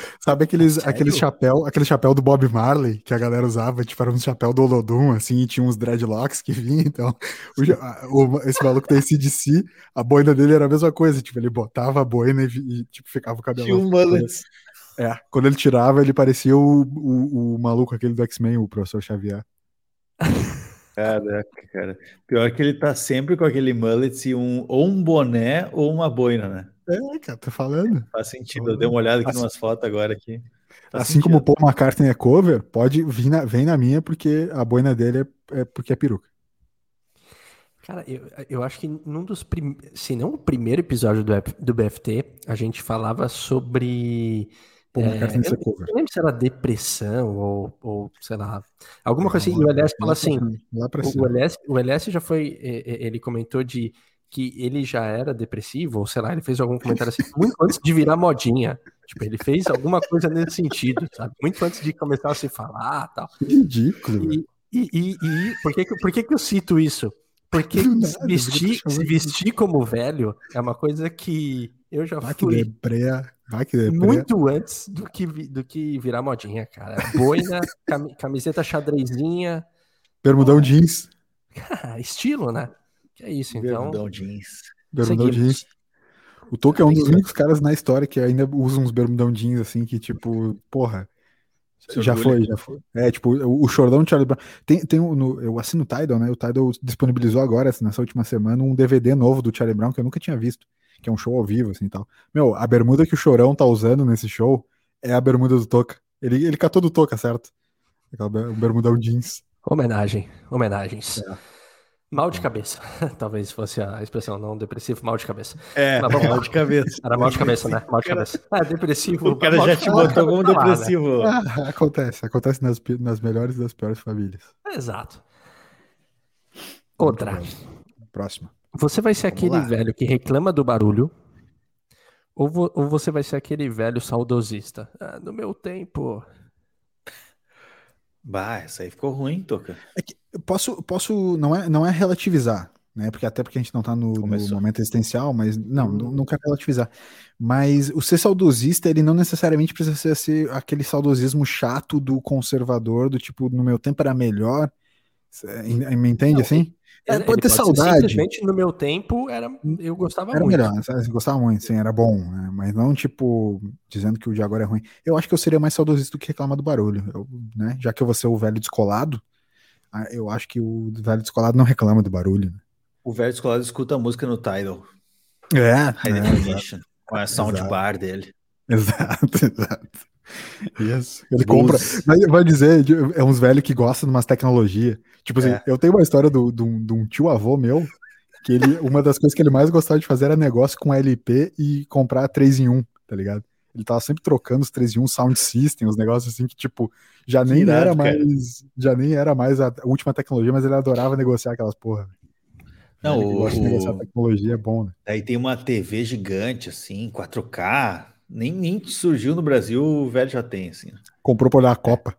aquele chapéu do Bob Marley que a galera usava, tipo, era um chapéu do Olodum, assim, e tinha uns dreadlocks que vinha, então, esse maluco da AC/DC, a boina dele era a mesma coisa, tipo, ele botava a boina e tipo, ficava o cabelo. Tinha um mullet. Quando ele tirava, ele parecia o maluco aquele do X-Men, o Professor Xavier. Caraca, cara. Pior que ele tá sempre com aquele mullet e ou um boné ou uma boina, né? Cara, tô falando. Faz sentido. Eu dei uma olhada aqui em umas fotos agora aqui. Assim como o Paul McCartney é cover, vem na minha porque a boina dele é porque é peruca. Cara, eu acho que se não o primeiro episódio do BFT, a gente falava sobre... Paul McCartney ser cover. Eu não lembro se era depressão ou sei lá, alguma coisa assim. E o LS fala assim, o LS já foi, ele comentou que ele já era depressivo, ou sei lá, ele fez algum comentário assim, muito antes de virar modinha. Tipo, ele fez alguma coisa nesse sentido, sabe? Muito antes de começar a se falar e tal. Ridículo, velho. Por que eu cito isso? Porque Do nada, se porque vestir, tá chamando se vestir como velho é uma coisa que eu já Vai que fui deprê. Vai que deprê. muito antes do que virar modinha, cara. Boina, camiseta xadrezinha, Bermudão jeans. estilo, né? Que é isso, então. Bermudão jeans. Bermudão Seguimos. jeans. O Tolkien é um Tem que dos ser. únicos caras na história que ainda usa uns bermudão jeans, assim, que tipo, porra, Se já orgulha. foi, já foi. É, tipo, o Chordão de Charlie Brown. Eu assino o Tidal, né? O Tidal disponibilizou agora, nessa última semana, um DVD novo do Charlie Brown que eu nunca tinha visto, que é um show ao vivo, assim, tal. Meu, a bermuda que o Chorão tá usando nesse show é a bermuda do Toca. Ele catou do Toca, certo? O bermudão jeans. Homenagens. É. Mal de cabeça. Talvez fosse a expressão, não depressivo, mal de cabeça. É, Mas vamos mal lá. de cabeça. Era mal de cabeça, né? Mal de cabeça. Depressivo. O cara mal já de te cabeça, botou como tá lá, né? depressivo. Acontece nas melhores e das piores famílias. Exato. Muito Outra. bom. Próxima. Você vai ser Vamos aquele lá. velho que reclama do barulho ou você vai ser aquele velho saudosista? No meu tempo. Bah, essa aí ficou ruim, Toca. Eu posso não é relativizar, né? Porque a gente não tá no Começou. momento existencial, mas não quero relativizar. Mas o ser saudosista, ele não necessariamente precisa ser aquele saudosismo chato do conservador, do tipo, no meu tempo era melhor. Me entende Não, assim? Ele Pode ter ser saudade. simplesmente no meu tempo eu gostava Era muito. melhor, sabe? Você gostava muito, sim, era bom, né? Mas não, tipo, dizendo que o de agora é ruim. Eu acho que eu seria mais saudosista do que reclamar do barulho, né? Já que eu vou ser o velho descolado, eu acho que o velho descolado não reclama do barulho, né? O velho escolado escuta a música no Tidal. É, High Definition. Com a soundbar dele. exato. Isso. Ele Blues. compra. Vai dizer, é uns velhos que gostam de umas tecnologias. Tipo assim, eu tenho uma história de um tio avô meu, que uma das coisas que ele mais gostava de fazer era negócio com LP e comprar 3 em 1, tá ligado? Ele tava sempre trocando os 3 em 1 sound system, os negócios assim que, tipo, já nem irado, era mais a última tecnologia, mas ele adorava negociar aquelas porra. Não, Ele que gosta de negociar tecnologia é bom, né? Aí tem uma TV gigante, assim, 4K. Nem surgiu no Brasil, o velho já tem, assim. Comprou pra olhar a Copa.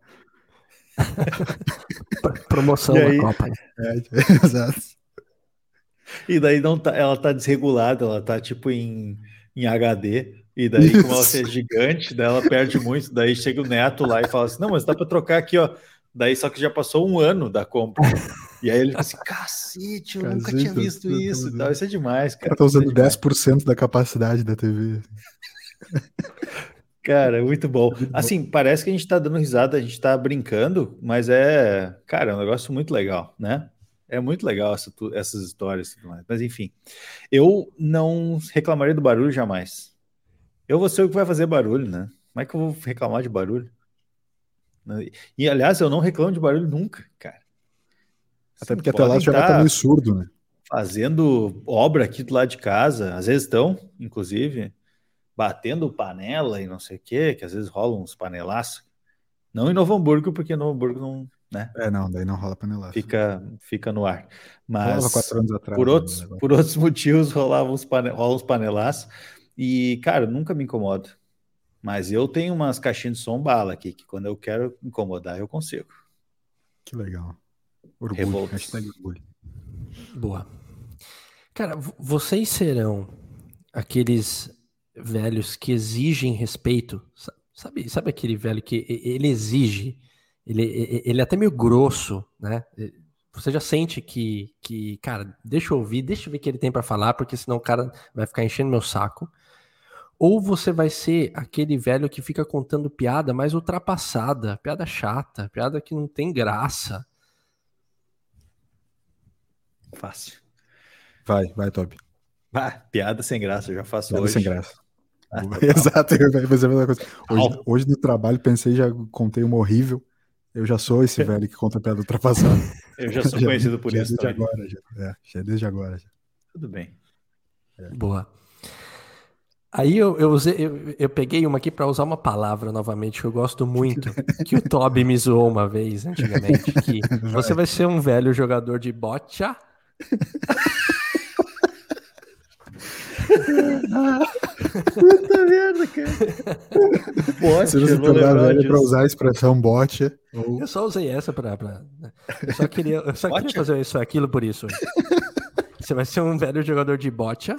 Promoção E da aí? Copa. Exato. E daí não tá, ela tá desregulada, ela tá tipo em HD. E daí, como ela Isso. é gigante, daí ela perde muito. Daí chega o neto lá e fala assim: não, mas dá pra trocar aqui, ó. Daí só que já passou um ano da compra. E aí ele fica assim: cacete, eu nunca tinha visto isso. Tal. Isso é demais, O cara. cara tá usando Isso é demais. 10% da capacidade da TV. Cara, é muito bom. Assim, parece que a gente tá dando risada, a gente tá brincando, mas cara, é um negócio muito legal, né? É muito legal essas histórias e tudo mais. Mas enfim, eu não reclamaria do barulho jamais. Eu vou ser o que vai fazer barulho, né? Como é que eu vou reclamar de barulho? E aliás, eu não reclamo de barulho nunca, cara. Até Sim, porque até lá podem você já vai estar estar meio surdo, né? fazendo obra aqui do lado de casa, às vezes estão, inclusive, batendo panela e não sei o quê, que às vezes rolam uns panelaços. Não em Novo Hamburgo, porque Novo Hamburgo não, né? Não, daí não rola panelaço. Fica no ar. Rolava Mas 4 anos atrás. por outros motivos rolam uns panelaços. E, cara, nunca me incomodo. Mas eu tenho umas caixinhas de som bala aqui, que quando eu quero incomodar, eu consigo. Que legal. Orgulho. Revoltos. Hashtag orgulho. Boa. Cara, vocês serão aqueles velhos que exigem respeito? Sabe aquele velho que ele exige? Ele é até meio grosso, né? Você já sente que, cara, deixa eu ouvir, deixa eu ver o que ele tem pra falar, porque senão o cara vai ficar enchendo meu saco. Ou você vai ser aquele velho que fica contando piada mais ultrapassada, piada chata, piada que não tem graça. Fácil. Vai, Toby. Piada sem graça, eu já faço Piada hoje. sem graça. Exato, eu vou fazer a mesma coisa. Hoje no trabalho pensei, já contei uma horrível. Eu já sou esse velho que conta piada ultrapassada. Eu já sou conhecido por isso desde também. agora, já é desde agora. Já. Tudo bem. Boa. Aí eu peguei uma aqui para usar uma palavra novamente que eu gosto muito, que o Toby me zoou uma vez antigamente, que você vai ser um velho jogador de boccia. Puta merda, cara. Bote, Você não eu vou se tornar lembrar velho pra disso. usar a expressão bote. Ou... Eu só usei essa pra. Eu só queria Boccia? fazer isso, aquilo por isso. Você vai ser um velho jogador de boccia.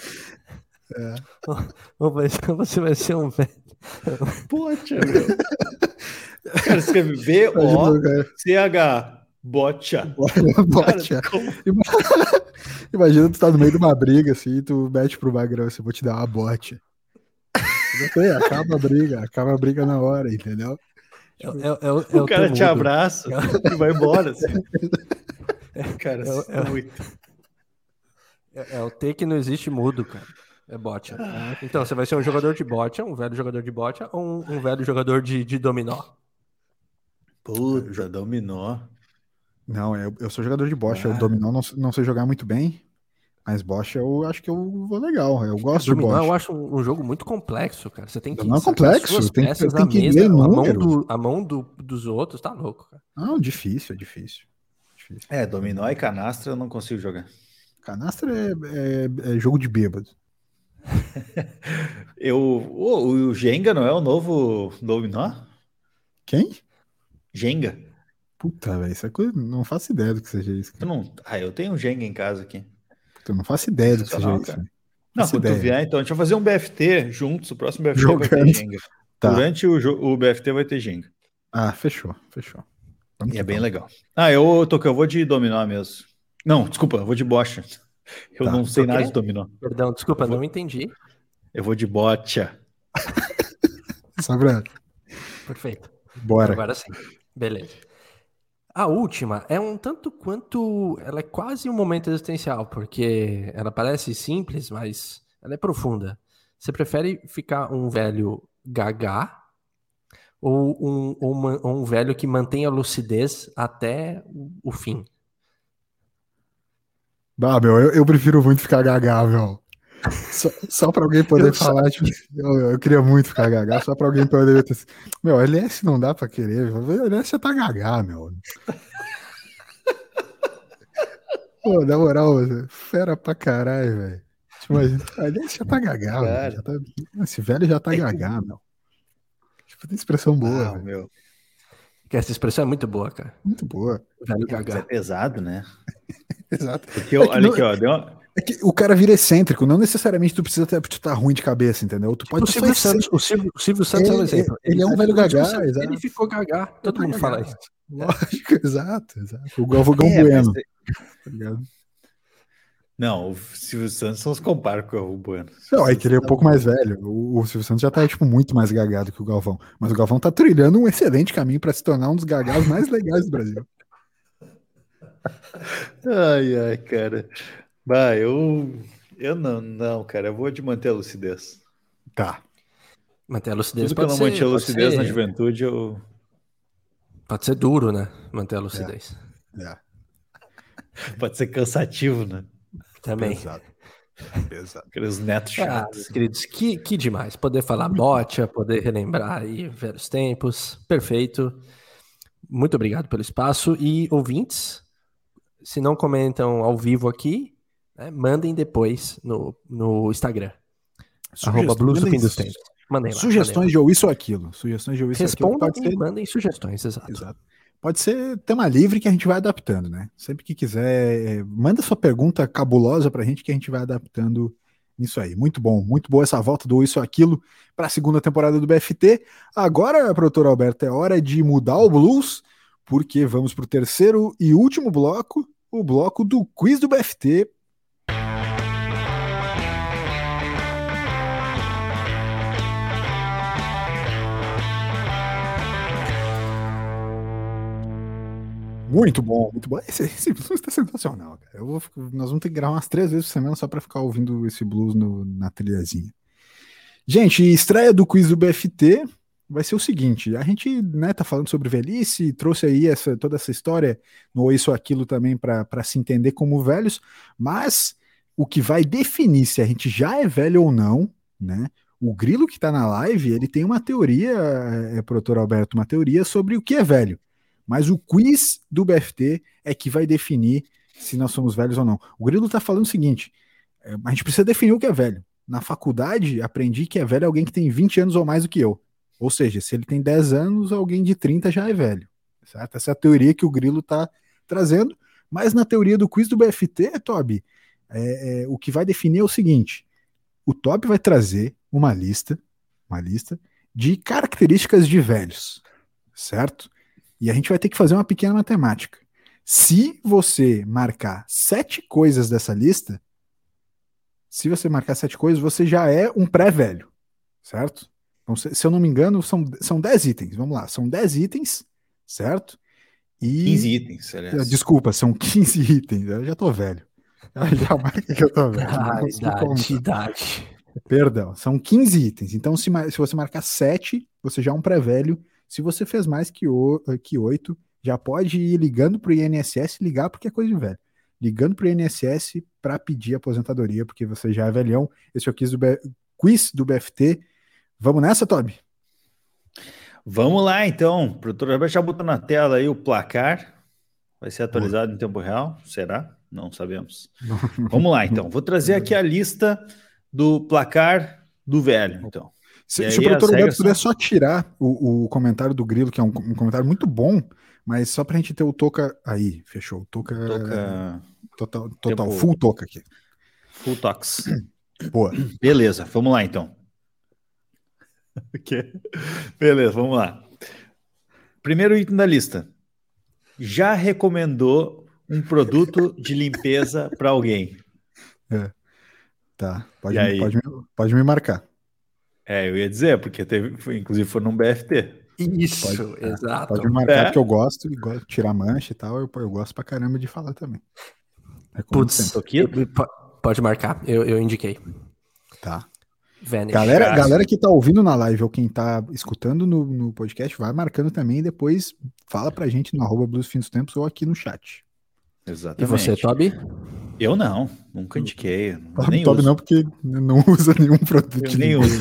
Ou você vai ser um velho. Bote, meu. Cara, escreve Imagina, cara. B-O-C-H. Bocha. Bote. Cara, como? Imagina tu tá no meio de uma briga assim, tu mete pro Magrão assim, vou te dar uma bote. Não sei, acaba a briga na hora, entendeu? O cara te abraça e vai embora, assim. Cara, vocês estão muito... É o T que não existe mudo, cara. É boccia. Então, você vai ser um jogador de boccia, um velho jogador de boccia ou um velho jogador de dominó? Puta, dominó. Não, eu sou jogador de bocha, eu dominó não sei jogar muito bem, mas bocha eu acho que eu vou legal, eu gosto de Dominó eu bocha. acho um jogo muito complexo, cara. Você tem que Dominó é sacar complexo, suas tem peças na que mesa. ler número. A mão dos outros tá louco, cara. Não, difícil, é difícil. É, dominó e canastra eu não consigo jogar. Canastra é jogo de bêbado. O Jenga não é o novo dominó? Quem? Jenga? Puta, velho, isso é coisa, não faço ideia do que seja isso. Tu não... eu tenho um Jenga em casa aqui. Puta, eu não faço ideia do que seja Sensacional, isso. cara. Véio. Não, quando tu vier, então, a gente vai fazer um BFT juntos. O próximo BFT vai ter Jogando. Jenga. Tá. Durante o BFT vai ter Jenga. Ah, fechou. Vamos E é que bem vamos. legal. Eu vou de dominó mesmo. Não, desculpa, eu vou de bocha. Eu Tá. não sei Do quê? nada de dominó. Perdão, desculpa, não entendi. Eu vou de bocha. Só pra... Perfeito. Bora. Agora sim. Beleza. A última é um tanto quanto... Ela é quase um momento existencial, porque ela parece simples, mas ela é profunda. Você prefere ficar um velho gaga ou um velho que mantenha a lucidez até o fim? Bah, meu, eu prefiro muito ficar gaga, meu. Só pra alguém poder falar, tipo, eu queria muito ficar gaga, só pra alguém poder ter... Meu, LS não dá pra querer, LS já tá gaga, meu. Pô, na moral, fera pra caralho, velho. Imagina, LS já tá gaga, velho. Já tá... Esse velho já tá gaga, meu. Tipo, tem expressão boa, velho. Meu. Que essa expressão é muito boa, cara. Muito boa. Velho Mas é gaga. pesado, né? Exato. Porque olha aqui, ó. Deu uma... É que o cara vira excêntrico, não necessariamente tu precisa estar ruim de cabeça, entendeu? Tu pode O Silvio Santos, o Silvio Santos é um exemplo. Ele é um velho gaga, exato. Ele ficou gaga, todo mundo fala isso. Lógico, exato. O Galvão Bueno. Tá ligado? Não, o Silvio Santos não se compara com o Bueno. Não, é que ele é um pouco mais velho. O Silvio Santos já tá, tipo, muito mais gagado que o Galvão. Mas o Galvão tá trilhando um excelente caminho pra se tornar um dos gagás mais legais do Brasil. Ai, cara. Bah, eu não, cara, eu vou de manter a lucidez. Tá. Manter a lucidez Tudo que eu pode não ser, mantinha a lucidez na ser, juventude, eu... pode ser duro, né? Manter a lucidez. Pode ser cansativo, né? Também. Exato. Aqueles netos chatos. Queridos, que demais. Poder falar boccia, poder relembrar aí velhos tempos. Perfeito. Muito obrigado pelo espaço. E ouvintes, se não comentam ao vivo aqui, né, mandem depois no Instagram. @blues do fim dos tempos. Mandem lá. Sugestões de ou isso ou aquilo. Sugestões de ou isso ou aquilo. Respondam e mandem sugestões, exato. Pode ser tema livre que a gente vai adaptando, né? Sempre que quiser, manda sua pergunta cabulosa pra gente que a gente vai adaptando isso aí. Muito bom, muito boa essa volta do Isso ou Aquilo para a segunda temporada do BFT. Agora, produtor Alberto, é hora de mudar o blues, porque vamos pro terceiro e último bloco, o bloco do quiz do BFT. Muito bom, muito bom. Esse blues está sensacional, cara. Nós vamos ter que gravar umas 3 vezes por semana só para ficar ouvindo esse blues na trilhazinha. Gente, estreia do quiz do BFT vai ser o seguinte: a gente, né, tá falando sobre velhice, trouxe aí toda essa história no Isso ou Aquilo também para se entender como velhos, mas o que vai definir se a gente já é velho ou não, né? O Grilo que tá na live, ele tem uma teoria, produtor Alberto, uma teoria sobre o que é velho. Mas o quiz do BFT é que vai definir se nós somos velhos ou não. O Grilo tá falando o seguinte: a gente precisa definir o que é velho. Na faculdade, aprendi que é velho alguém que tem 20 anos ou mais do que eu. Ou seja, se ele tem 10 anos, alguém de 30 já é velho. Certo? Essa é a teoria que o Grilo está trazendo. Mas na teoria do quiz do BFT, Toby, o que vai definir é o seguinte: o Toby vai trazer uma lista de características de velhos, certo? E a gente vai ter que fazer uma pequena matemática. Se você marcar 7 coisas dessa lista, você já é um pré-velho, certo? Então, se eu não me engano, são 10 itens. Vamos lá, são 10 itens, certo? 15 itens, aliás. Desculpa, são 15 itens. Eu já tô velho. Já marca que eu tô velho. Idade. Perdão, são 15 itens. Então, se você marcar 7, você já é um pré-velho. Se você fez mais que 8, já pode ir ligando pro INSS, ligar porque é coisa de velho. Ligando pro INSS para pedir aposentadoria, porque você já é velhão. Esse é o quiz do BFT. Vamos nessa, Toby? Vamos lá, então. O produtor Roberto já botou na tela aí o placar. Vai ser atualizado em tempo real? Será? Não sabemos. Vamos lá, então. Vou trazer aqui a lista do placar do velho, então. Se o produtor Roberto puder só tirar o comentário do Grilo, que é um comentário muito bom, mas só pra gente ter o Toca aí. Fechou. Toca total full Toca aqui. Full Tox. Boa. Beleza, vamos lá, então. Beleza, vamos lá. Primeiro item da lista. Já recomendou um produto de limpeza para alguém? Tá, pode me marcar. Eu ia dizer, porque inclusive foi num BFT. Isso, exato. Pode me marcar, porque eu gosto de tirar mancha e tal, eu gosto pra caramba de falar também. Putz, pode marcar, eu indiquei. Tá. Vanish. Galera que tá ouvindo na live ou quem tá escutando no podcast, vai marcando também e depois fala pra gente no @bluesfindostempos ou aqui no chat. Exatamente. E você, Toby? Eu não, nunca indiquei. Toby não, porque não usa nenhum produto. Eu nem uso.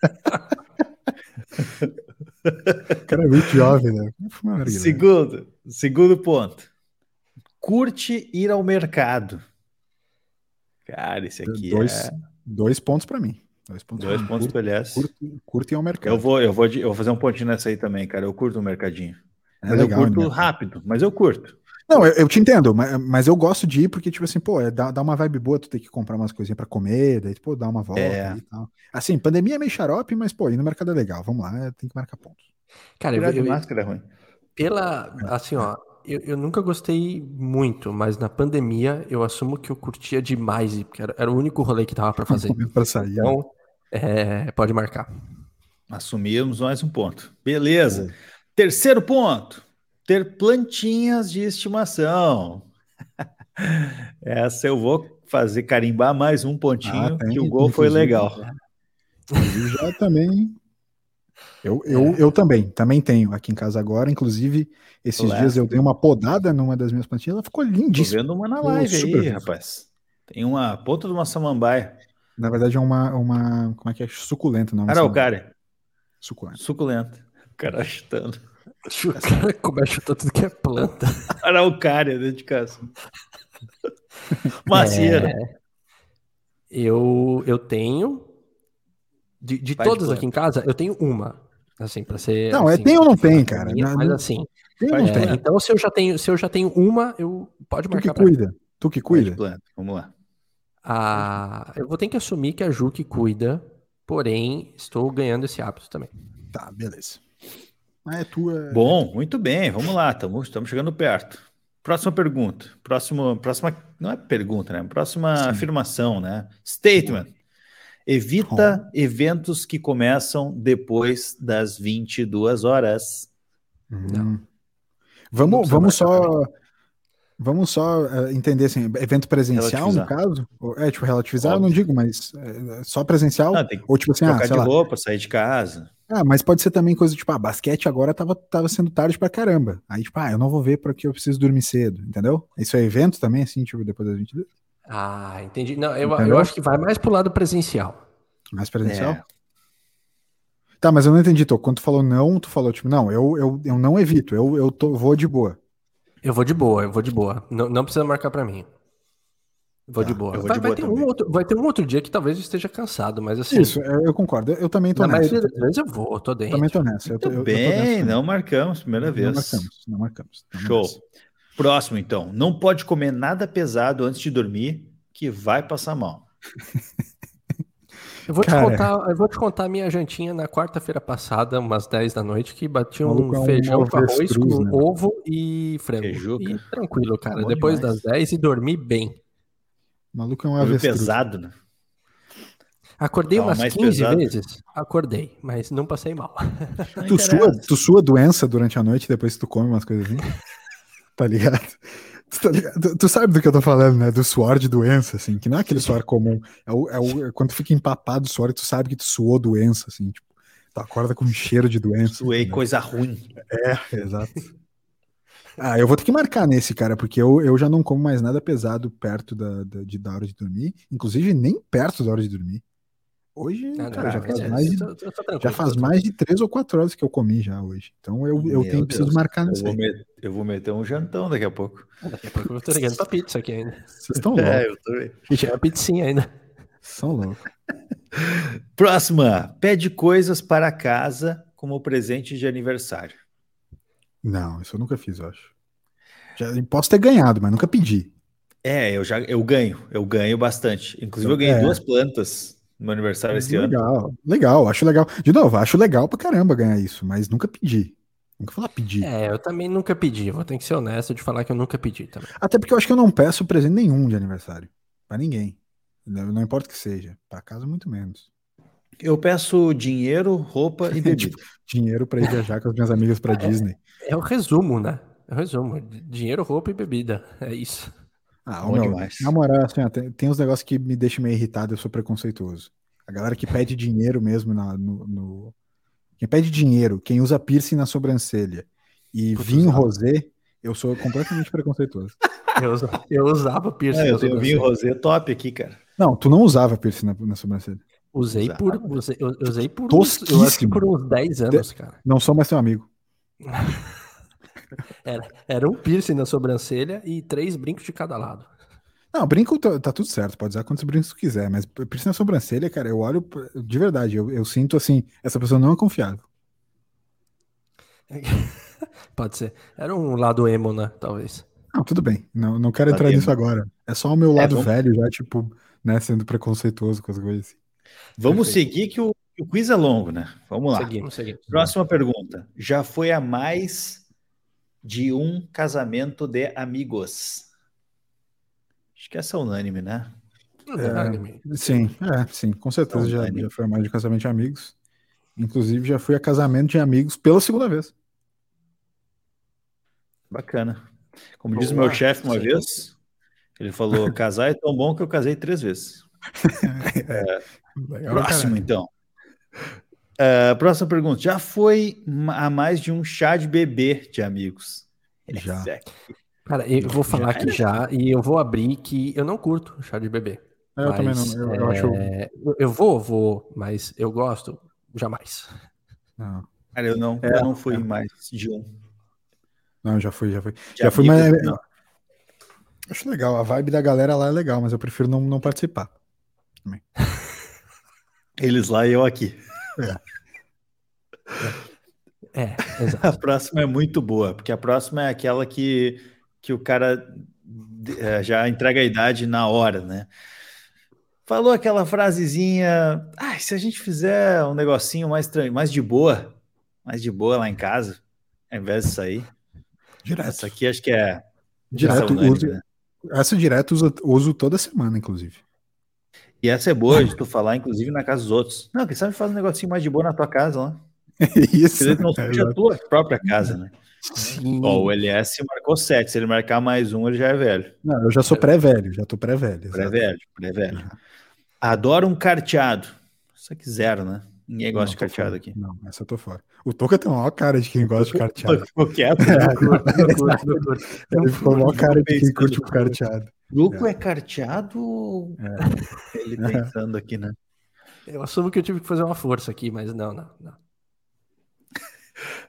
O cara é muito jovem, né? Segundo ponto. Curte ir ao mercado. Cara, esse aqui dois pontos pra mim. Dois pontos pra aliás. Curtem ao mercado. Eu vou fazer um pontinho nessa aí também, cara. Eu curto o mercadinho. Mas legal, eu curto rápido, mas eu curto. Não, eu te entendo, mas eu gosto de ir porque, tipo assim, pô, dá uma vibe boa tu ter que comprar umas coisinhas pra comer, daí, pô, dar uma volta e tal. Assim, pandemia é meio xarope, mas, pô, ir no mercado é legal. Vamos lá, tem que marcar pontos. Cara, de máscara é ruim. Assim, ó, eu nunca gostei muito, mas na pandemia eu assumo que eu curtia demais, porque era o único rolê que dava pra fazer. Pra sair. Então, pode marcar. Assumimos mais um ponto. Beleza. Terceiro ponto. Ter plantinhas de estimação. Essa eu vou fazer carimbar mais um pontinho, que o gol foi legal. Eu já também. Eu também tenho aqui em casa agora. Inclusive, esses dias eu dei uma podada numa das minhas plantinhas, ela ficou lindíssima. Tô vendo uma na live aí, rapaz. Tem uma ponta de uma samambaia. Na verdade é uma como é que é? Suculenta, não? Araucária. Suculenta. O cara chutando. Começa a chutar tudo que é planta. Araucária dentro de casa. Macieira. Eu tenho. De todas aqui em casa, eu tenho uma. Assim, pra ser. Não, assim, tem ou não tem, cara? Mas assim. Tem ou não tem? Então, se eu já tenho uma, pode marcar. Tu que cuida. Planta. Vamos lá. Eu vou ter que assumir que a Ju que cuida, porém, estou ganhando esse hábito também. Tá, beleza. Mas é tua. Bom, muito bem, vamos lá, estamos chegando perto. Próxima pergunta. Próxima. Não é pergunta, né? Próxima afirmação, né? Statement. Evita eventos que começam depois das 22 horas. Não. Vamos só entender assim, evento presencial no caso? Tipo, relativizar, óbvio. Eu não digo, mas só presencial? Não, tem que ou tipo assim, trocar de roupa, sair de casa. Mas pode ser também coisa tipo, basquete agora tava sendo tarde pra caramba. Aí tipo, eu não vou ver porque eu preciso dormir cedo, entendeu? Isso é evento também, assim, tipo, depois das 22? Entendi. Não, eu acho que vai mais pro lado presencial. Mais presencial? Tá, mas eu não entendi, quando tu falou não, tu falou tipo, não, eu não evito, vou de boa. Eu vou de boa. Não precisa marcar pra mim. Vou Tá, de boa. eu vou de boa também. Vai ter um outro dia que talvez eu esteja cansado, mas assim, Isso, eu concordo. Eu também tô na nessa. maioria das vezes eu vou, eu tô Também tô dentro. nessa. Muito Eu tô bem, nessa também. não marcamos, primeira Não vez. marcamos, não marcamos. Tamo Show. nessa. Próximo, então. Não pode comer nada pesado antes de dormir, que vai passar mal. Cara, Eu vou te contar a minha jantinha na quarta-feira passada, umas 10 da noite, que bati o um maluco é um feijão com arroz avestruz, com né? ovo e frango. Queijuca. E tranquilo, cara. Bom Depois demais. das 10 e dormi bem. O maluco é um Comer avestruz. pesado, né? Acordei Tava umas mais 15 pesado. vezes? Acordei, mas não passei mal. Não Tu sua doença durante a noite depois que tu come umas coisas assim? Tá ligado? Tá ligado? Tu sabe do que eu tô falando, né? Do suor de doença, assim, que não é aquele suor comum. É quando tu fica empapado do suor e tu sabe que tu suou doença, assim, tipo, tu acorda com um cheiro de doença. Suei Entendeu? coisa ruim. Exato. Ah, eu vou ter que marcar nesse, cara, porque eu já não como mais nada pesado perto da hora de dormir, inclusive nem perto da hora de dormir. Hoje, cara, já faz mais de, Eu tô tranquilo, já faz tô mais de 3 ou 4 horas que eu comi já hoje. Então Meu preciso Deus. marcar nesse aí. Eu vou meter um jantão daqui a pouco. Daqui a pouco eu tô ligando pra pizza aqui ainda. Vocês estão loucos, eu tô. E tinha uma pizzinha ainda. são loucos. Próxima. Pede coisas para casa como presente de aniversário. Não, isso eu nunca fiz, eu acho. Já posso ter ganhado, mas nunca pedi. Eu ganho bastante. Inclusive, eu ganhei 2 plantas no meu aniversário esse ano. Legal, acho legal. De novo, acho legal pra caramba ganhar isso, mas nunca pedi. Nunca falar pedir. Eu também nunca pedi. Vou ter que ser honesto de falar que eu nunca pedi também. Até porque eu acho que eu não peço presente nenhum de aniversário. Pra ninguém. Não importa o que seja. Pra casa, muito menos. Eu peço dinheiro, roupa e bebida. Dinheiro pra ir viajar com as minhas amigas pra Disney. É o resumo, né? É o resumo. Dinheiro, roupa e bebida. É isso. Ah, Bom demais. na moral, assim, ó, tem uns negócios que me deixam meio irritado, eu sou preconceituoso. A galera que pede dinheiro mesmo Quem pede dinheiro, quem usa piercing na sobrancelha e vinho rosé, eu sou completamente preconceituoso. Eu usava piercing na Eu tenho vinho sobrancelha. rosé top aqui, cara. Não, tu não usava piercing na sobrancelha. Usei por Tosquíssimo. eu acho que por uns 10 anos, cara. Não sou mais seu amigo. Era um piercing na sobrancelha e 3 brincos de cada lado. Não, brinco tá tudo certo, pode usar quantos brincos tu quiser, mas piercing na sobrancelha, cara, eu olho de verdade, eu sinto assim, essa pessoa não é confiável. Pode ser. Era um lado emo, né? Talvez. Não, tudo bem, não quero Tá entrar bem, nisso mano. agora. É só o meu lado vamos- velho já, tipo, né, sendo preconceituoso com as coisas assim. Vamos Perfeito. seguir que o quiz é longo, né? Vamos lá. Seguimos. Próxima pergunta. Já foi a mais de um casamento de amigos? Acho que essa é unânime, né? Sim, com certeza já Unânime. foi mais de casamento de amigos. Inclusive já fui a casamento de amigos pela segunda vez. Bacana. Como Boa, diz o meu chefe uma sim. vez, ele falou: casar é tão bom que eu casei 3 vezes. Legal, Próximo, caralho. então. Próxima pergunta. Já foi a mais de um chá de bebê de amigos? Já. Essa é- Cara, eu vou falar aqui já e eu vou abrir que eu não curto chá de bebê. Eu também não. Eu acho. Eu vou, mas eu gosto jamais. Não, Cara, eu não fui mais de um. não, já fui. De Já fui, amigos, mas. não. Acho legal. A vibe da galera lá é legal, mas eu prefiro não participar. Eles lá e eu aqui. Exato. A próxima é muito boa, porque a próxima é aquela que o cara já entrega a idade na hora, né? Falou aquela frasezinha, se a gente fizer um negocinho mais de boa lá em casa, ao invés de sair. Direto. Essa aqui acho que é Direto, unânime, uso, né? essa direto uso toda semana, inclusive. E essa é boa de tu falar, inclusive, na casa dos outros. Não, quem sabe faz um negocinho mais de boa na tua casa lá. Isso. Porque não suja a tua própria casa, né? Sim. Ó, o LS marcou 7. Se ele marcar mais um, ele já é velho. Não, eu já sou pré-velho, já tô pré-velho. Pré-velho. Adoro um carteado. Isso aqui zero, né? Ninguém gosta de carteado fora. aqui. Não, essa eu tô fora. O Toca tem uma maior cara de quem gosta de carteado. Ficou quieto. Não curto. Ele ficou maior cara de quem curte o carteado. Grupo é carteado? Ele pensando aqui, né? Eu assumo que eu tive que fazer uma força aqui, mas não.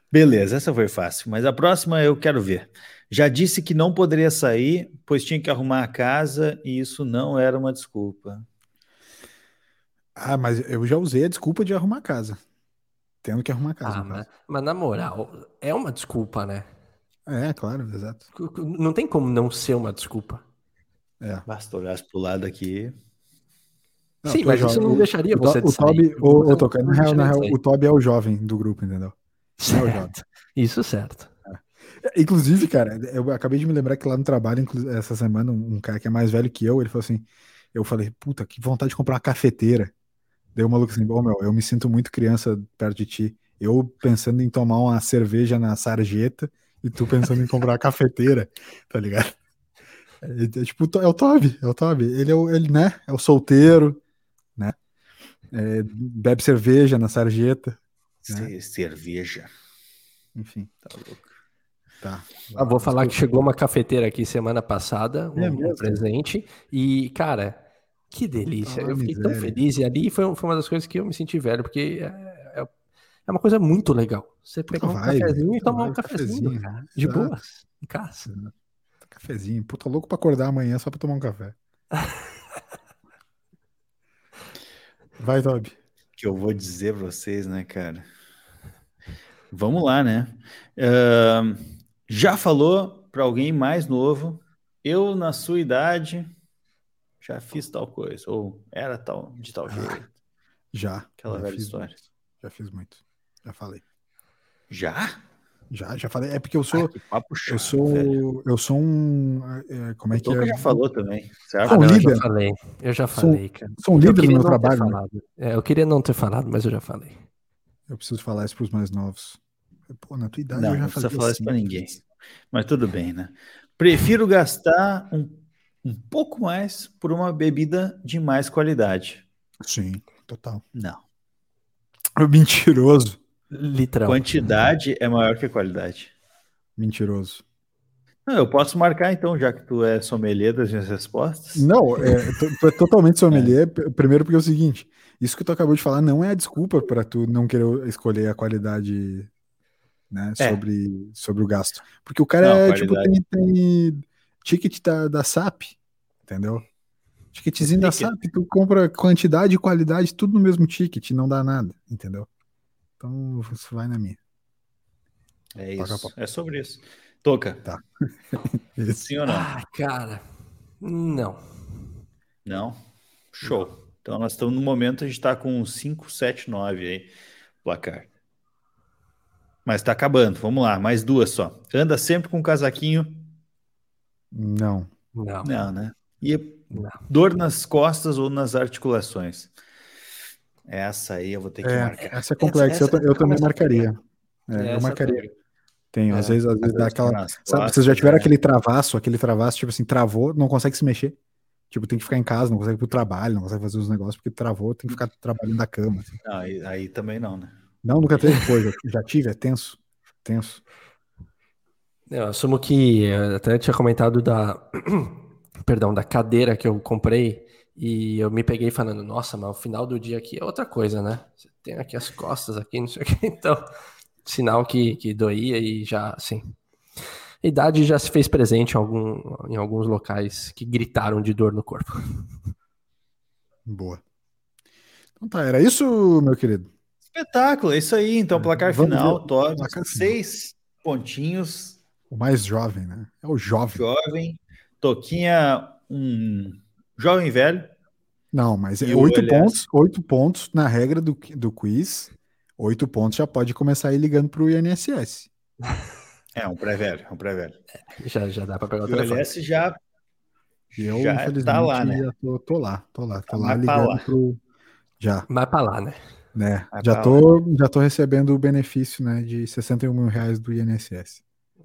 Beleza, essa foi fácil, mas a próxima eu quero ver. Já disse que não poderia sair, pois tinha que arrumar a casa e isso não era uma desculpa. Ah, mas eu já usei a desculpa de arrumar a casa. Tendo que arrumar a casa, Ah, no caso. mas na moral, é uma desculpa, né? É, claro, exato. Não tem como não ser uma desculpa. É. Basta olhar pro lado aqui. Não, Sim, tu é mas isso jovem. não deixaria você de O sair. Toby, Você Toca, não na deixaria de real, sair. o Toby é o jovem do grupo, entendeu? Não é o jovem. Certo. Isso certo. Inclusive, cara, eu acabei de me lembrar que lá no trabalho, essa semana, um cara que é mais velho que ele falou assim, eu falei, puta, que vontade de comprar uma cafeteira. Daí o maluco assim, meu, eu me sinto muito criança perto de ti. Eu pensando em tomar uma cerveja na sarjeta e tu pensando em comprar uma cafeteira, tá ligado? Tipo, é o Toby, é o Toby. Ele, né, é o solteiro, né? Bebe cerveja na sarjeta, né? Cerveja. Enfim, Tá louco. tá. Vou falar que Desculpa. chegou uma cafeteira aqui semana passada, É um mesmo, cara. presente, e, cara, que delícia. Tá, Eu fiquei tão miséria. feliz, e ali foi uma das coisas que eu me senti velho, porque é uma coisa muito legal. Você pegar um cafezinho e puta tomar um vibe, cafezinho, cafezinho. cara, de Exato, boas, em casa. exato. Cafezinho. Puta louco pra acordar amanhã só pra tomar um café. Vai, Toby. Que eu vou dizer pra vocês, né, cara? Vamos lá, né? Ahn, já falou para alguém mais novo, eu na sua idade já fiz tal coisa, ou era tal, de tal jeito, aquela Já velha fiz história. muito. Já fiz muito. Já falei. Já? Já falei. É porque Que papo chato, velho. eu sou um, como é O que é? Toca já falou também, Sou certo? um Não, líder. eu já Sou, falei, cara. sou um Eu líder no queria meu não ter trabalho, né? falado. Eu queria não ter falado, mas eu já falei. Eu preciso falar isso pros mais novos. Pô, na tua idade eu Não, já não precisa fazia falar isso assim. para ninguém. Mas tudo bem, né? Prefiro gastar um pouco mais por uma bebida de mais qualidade. Sim, total. Não. Mentiroso. Litrão. Quantidade é maior que qualidade. Mentiroso. Não, eu posso marcar então, já que tu é sommelier das minhas respostas. Não, tu é totalmente É. sommelier. Primeiro porque é o seguinte, isso que tu acabou de falar não é a desculpa para tu não querer escolher a qualidade, né, É, sobre o gasto. Porque o cara não, é, tipo, qualidade. tem ticket da SAP, entendeu? Ticketzinho da Ticket. SAP, tu compra quantidade e qualidade, tudo no mesmo ticket, não dá nada, entendeu? Então, você vai na minha. É Toca a pau. isso. É sobre isso. Toca. Tá. Isso. Sim ou não? Ah, cara. Não. Não? Não. Show. Então nós estamos no momento, a gente está com 5, 7, 9 aí, placar. Mas tá acabando. Vamos lá, mais duas só. Anda sempre com um casaquinho. Não. Não. Não, né? E Não. dor nas costas ou nas articulações. Essa aí eu vou ter que marcar. Essa é complexa. Eu também começa a pegar. marcaria. Eu Essa marcaria. pega. Tenho, É. às vezes dá Dor aquela. nas Sabe, vocês já costas, tiveram é. aquele travasso, tipo assim, travou, não consegue se mexer. Tipo, tem que ficar em casa, não consegue ir pro trabalho, não consegue fazer os negócios, porque travou, tem que ficar trabalhando da cama. Assim. Não, aí também não, né? Não, nunca teve? Pô, já tive, é tenso. Tenso. Eu assumo que eu até tinha comentado perdão, da cadeira que eu comprei e eu me peguei falando, nossa, mas o final do dia aqui é outra coisa, né? Você tem aqui as costas, aqui, não sei o que, então, sinal que doía e já, assim, a idade já se fez presente em alguns locais que gritaram de dor no corpo. Boa. Então tá, era isso, meu querido. Espetáculo, é isso aí. Então, placar Vamos ver final, Todd, placar final. 6 pontinhos, O mais jovem, né? É o jovem. jovem. Toquinha, um jovem velho. Não, mas é E o LS. 8 pontos na regra do quiz. 8 pontos já pode começar a ir ligando pro INSS. É um pré-velho, um pré-velho. Já dá pra pegar o E o telefone. LS já E eu, tá lá, infelizmente, né? já tô lá Tá mais pra ligando lá. pro. Já, Vai pra lá, né? né? Vai Já pra tô recebendo o benefício, né, de R$ 61 mil do INSS.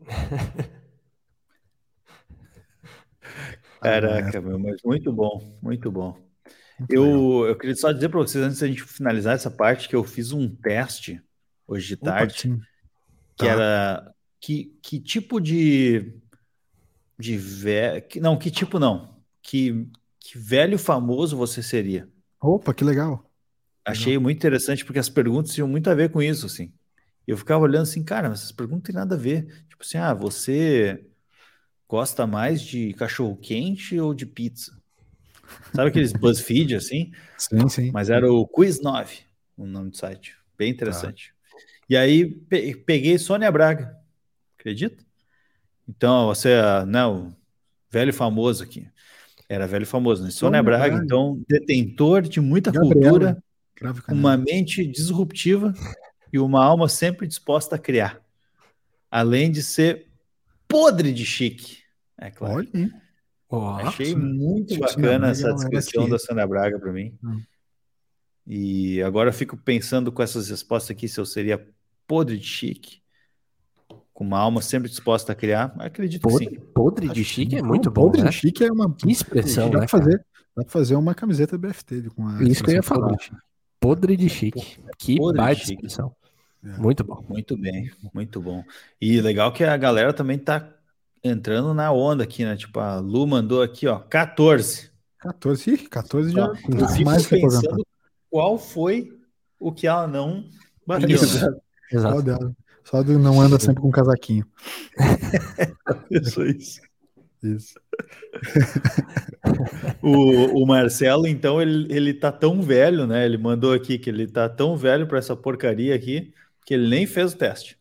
Caraca, meu, mas muito bom, muito bom. Muito legal. Eu queria só dizer para vocês, antes da gente finalizar essa parte, que eu fiz um teste hoje de Opa, tarde, sim. que Tá. era que tipo de velho. Não, que tipo não. Que velho famoso você seria? Opa, que legal. Achei muito interessante, porque as perguntas tinham muito a ver com isso, assim. E eu ficava olhando assim, cara, mas essas perguntas não tem nada a ver. Tipo assim, você gosta mais de cachorro-quente ou de pizza? Sabe aqueles BuzzFeed, assim? Sim, sim. Mas era o Quiz 9, o nome do site. Bem interessante. E aí peguei Sônia Braga, acredita? Então, você é o velho famoso aqui. Era velho famoso, né? Sônia Braga, então, detentor de muita Gabriela, cultura, Cravo e uma Canela. mente disruptiva e uma alma sempre disposta a criar. Além de ser podre de chique, é claro. Olha aí. Achei Nossa, muito tipo, Sônia bacana Braga, essa ela era descrição da Sônia Braga para mim. Hum. E agora eu fico pensando com essas respostas aqui se eu seria podre de chique, com uma alma sempre disposta a criar. Acredito que sim. Podre de Acho que chique sim. é muito Não, bom, podre né? de chique é uma... Que expressão, Dá né, pra cara? dá pra fazer uma camiseta do BFT com a Isso que eu ia expressão falar. Podre de chique. Que Podre de baita chique. expressão. É. Muito bom. Muito bem, muito bom. E legal que a galera também tá entrando na onda aqui, né? Tipo, a Lu mandou aqui, ó, 14. 14. Ih, 14 já Eu fico mais que aposentado. pensando qual foi o que ela não bateu, né? Qual Exato. dela? Só do não anda sempre com casaquinho. Isso. Isso. O Marcelo, então, ele tá tão velho, né? Ele mandou aqui que ele tá tão velho para essa porcaria aqui que ele nem fez o teste.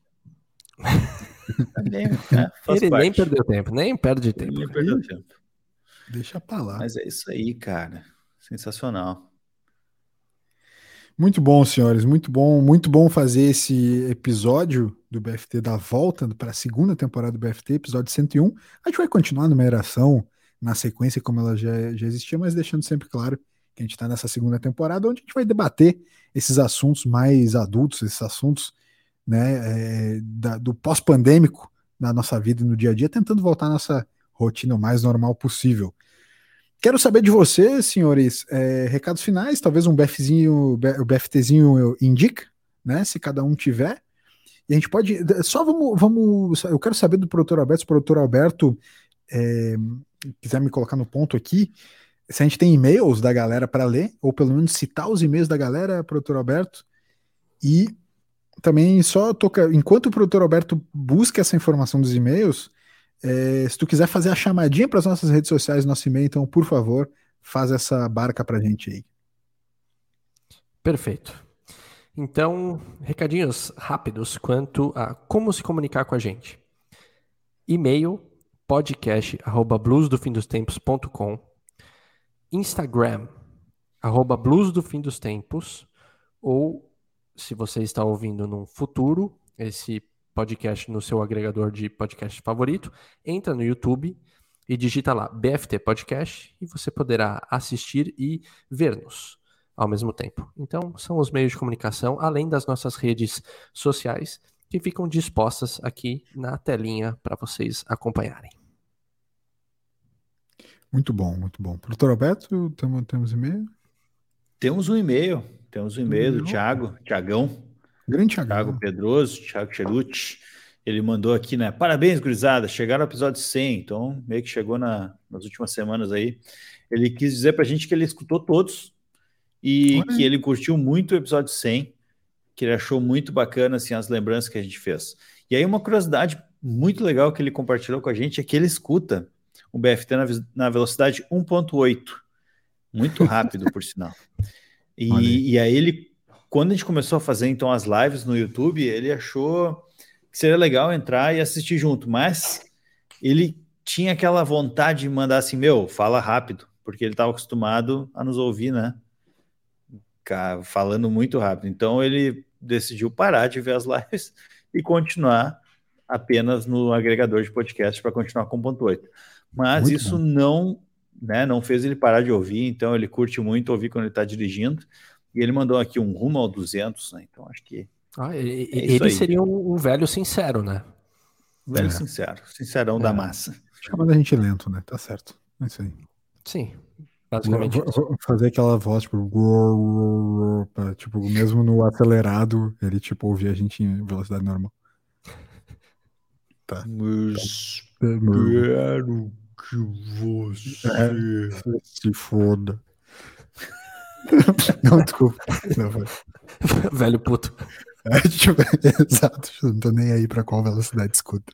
Faz Ele nem parte. perdeu tempo, nem perde tempo. Ele nem perdeu tempo. Deixa pra lá. Mas é isso aí, cara. Sensacional. Muito bom, senhores. Muito bom fazer esse episódio do BFT da volta para a segunda temporada do BFT, episódio 101. A gente vai continuar a numeração na sequência como ela já existia, mas deixando sempre claro que a gente está nessa segunda temporada, onde a gente vai debater esses assuntos mais adultos, esses assuntos, né, do pós-pandêmico na nossa vida e no dia a dia, tentando voltar à nossa rotina o mais normal possível. Quero saber de vocês, senhores, recados finais, talvez um BFzinho, o BFTzinho indica, né? Se cada um tiver. E a gente pode. Só vamos. Eu quero saber do produtor Alberto, se o produtor Alberto quiser me colocar no ponto aqui, se a gente tem e-mails da galera para ler, ou pelo menos citar os e-mails da galera, produtor Alberto. E também só toca. Enquanto o produtor Alberto busca essa informação dos e-mails. Se tu quiser fazer a chamadinha para as nossas redes sociais, nosso e-mail, então, por favor, faz essa barca pra gente aí. Perfeito. Então, recadinhos rápidos quanto a como se comunicar com a gente. E-mail, podcast@bluesdofindostempos.com, Instagram, @bluesdofindostempos, ou, se você está ouvindo num futuro, esse podcast no seu agregador de podcast favorito, entra no YouTube e digita lá BFT Podcast e você poderá assistir e ver-nos ao mesmo tempo. Então, são os meios de comunicação, além das nossas redes sociais, que ficam dispostas aqui na telinha para vocês acompanharem. Muito bom, muito bom. Produtor Alberto, temos e-mail? Temos um e-mail do Thiagão. Grande Thiagão. Thiago Pedroso, Thiago Cheruti. Ele mandou aqui, né? Parabéns, gurizada. Chegaram ao episódio 100, então meio que chegou nas últimas semanas aí. Ele quis dizer pra gente que ele escutou todos e que ele curtiu muito o episódio 100, que ele achou muito bacana assim, as lembranças que a gente fez. E aí uma curiosidade muito legal que ele compartilhou com a gente é que ele escuta o BFT na velocidade 1.8. Muito rápido, por sinal. E aí ele, quando a gente começou a fazer então as lives no YouTube, ele achou que seria legal entrar e assistir junto, mas ele tinha aquela vontade de mandar assim, fala rápido, porque ele estava acostumado a nos ouvir, né? Falando muito rápido. Então ele decidiu parar de ver as lives e continuar apenas no agregador de podcast para continuar com o 1.8. Mas muito isso bom. Não fez ele parar de ouvir, então ele curte muito ouvir quando ele está dirigindo. E ele mandou aqui um rumo ao 200, né? Então acho que ele seria um velho sincero, né? Velho sincero, sincerão da massa. Chamando a gente lento, né? Tá certo. É isso aí. Sim, basicamente. Vou fazer aquela voz, tipo, mesmo no acelerado, ele tipo ouvir a gente em velocidade normal. Tá. Mas espero que você se foda. Não, desculpa. Não, velho puto. Tipo, exato, não tô nem aí pra qual velocidade escuta.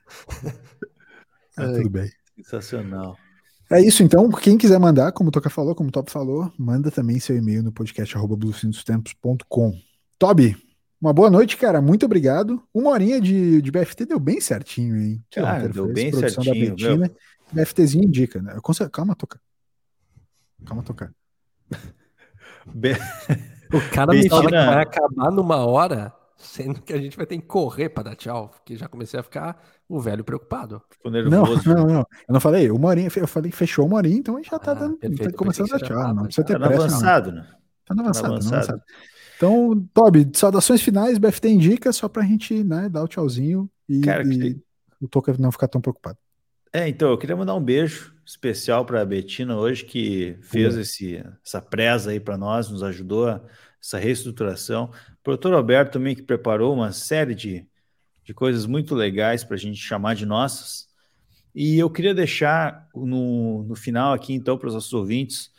Tudo bem. Sensacional. É isso então, quem quiser mandar, como o Toca falou, como o Top falou, manda também seu e-mail no podcast@bluefindostempos.com. Toby, uma boa noite, cara, muito obrigado. Uma horinha de BFT deu bem certinho, hein? Que Cara, roteiro deu foi esse? bem Produção da certinho, meu. Betina, BFTzinho indica, né? Calma, Toca. Calma, Toca. Be- O cara me fala que Betina, vai acabar numa hora, sendo que a gente vai ter que correr para dar tchau, porque já comecei a ficar o velho preocupado. ficou Não, nervoso. não. Eu não falei uma horinha, eu falei que fechou uma horinha, então a gente já tá Ah, dando, tá perfeito. Eu pensei começando que a você dar já tchau. Não tava precisa já. ter Tá no pressa, não. avançado, né? Tá no Tá no avançado, tá no avançado. avançado. Então, Toby, saudações finais, BFT indica, só pra gente, né, dar o tchauzinho Cara, e o Toca não ficar tão preocupado. então, eu queria mandar um beijo especial para a Betina hoje, que fez essa presa aí para nós, nos ajudou essa reestruturação. O professor Alberto também, que preparou uma série de coisas muito legais para a gente chamar de nossas. E eu queria deixar no final aqui, então, para os nossos ouvintes,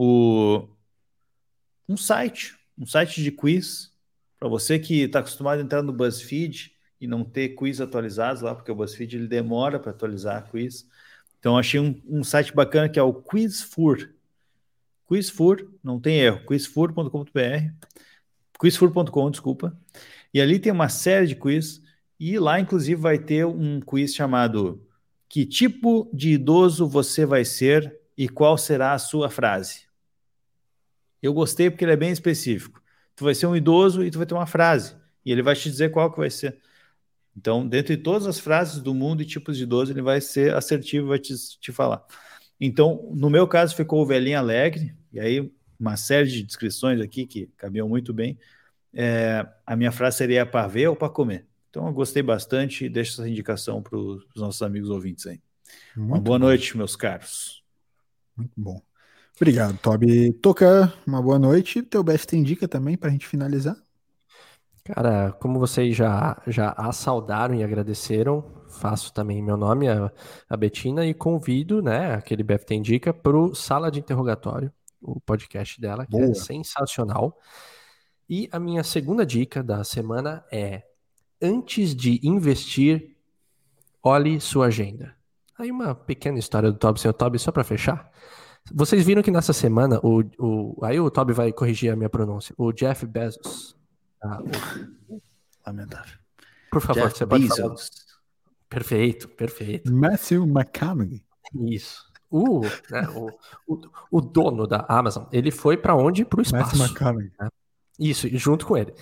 um site de quiz, para você que está acostumado a entrar no BuzzFeed e não ter quiz atualizados lá, porque o BuzzFeed ele demora para atualizar quiz. Então, achei um site bacana que é o Quizfur. Quizfur, não tem erro, quizfur.com.br, quizfur.com, desculpa. E ali tem uma série de quiz, e lá, inclusive, vai ter um quiz chamado Que tipo de idoso você vai ser e qual será a sua frase? Eu gostei porque ele é bem específico. Tu vai ser um idoso e tu vai ter uma frase, e ele vai te dizer qual que vai ser. Então, dentre todas as frases do mundo e tipos de idoso, ele vai ser assertivo e vai te falar. Então, no meu caso, ficou o Velhinho Alegre, e aí uma série de descrições aqui que cabiam muito bem. A minha frase seria para ver ou para comer. Então, eu gostei bastante e deixo essa indicação para os nossos amigos ouvintes aí. Uma boa noite, meus caros. Muito bom. Obrigado, Toby. Toca, uma boa noite. Teu best indica também pra gente finalizar. Cara, como vocês já a saudaram e agradeceram, faço também meu nome, a Betina, e convido, né, aquele BFT Indica, pro Sala de Interrogatório, o podcast dela, que é sensacional. E a minha segunda dica da semana é: antes de investir, olhe sua agenda. Aí uma pequena história do Toby, senhor Toby, só para fechar. Vocês viram que nessa semana, aí o Toby vai corrigir a minha pronúncia, o Jeff Bezos. Lamentável. Por favor, Jeff você pode Bezos. falar. Perfeito. Matthew McConaughey. Isso. O dono da Amazon, ele foi para onde? Para o espaço. Matthew McConaughey. Né? Isso, junto com ele.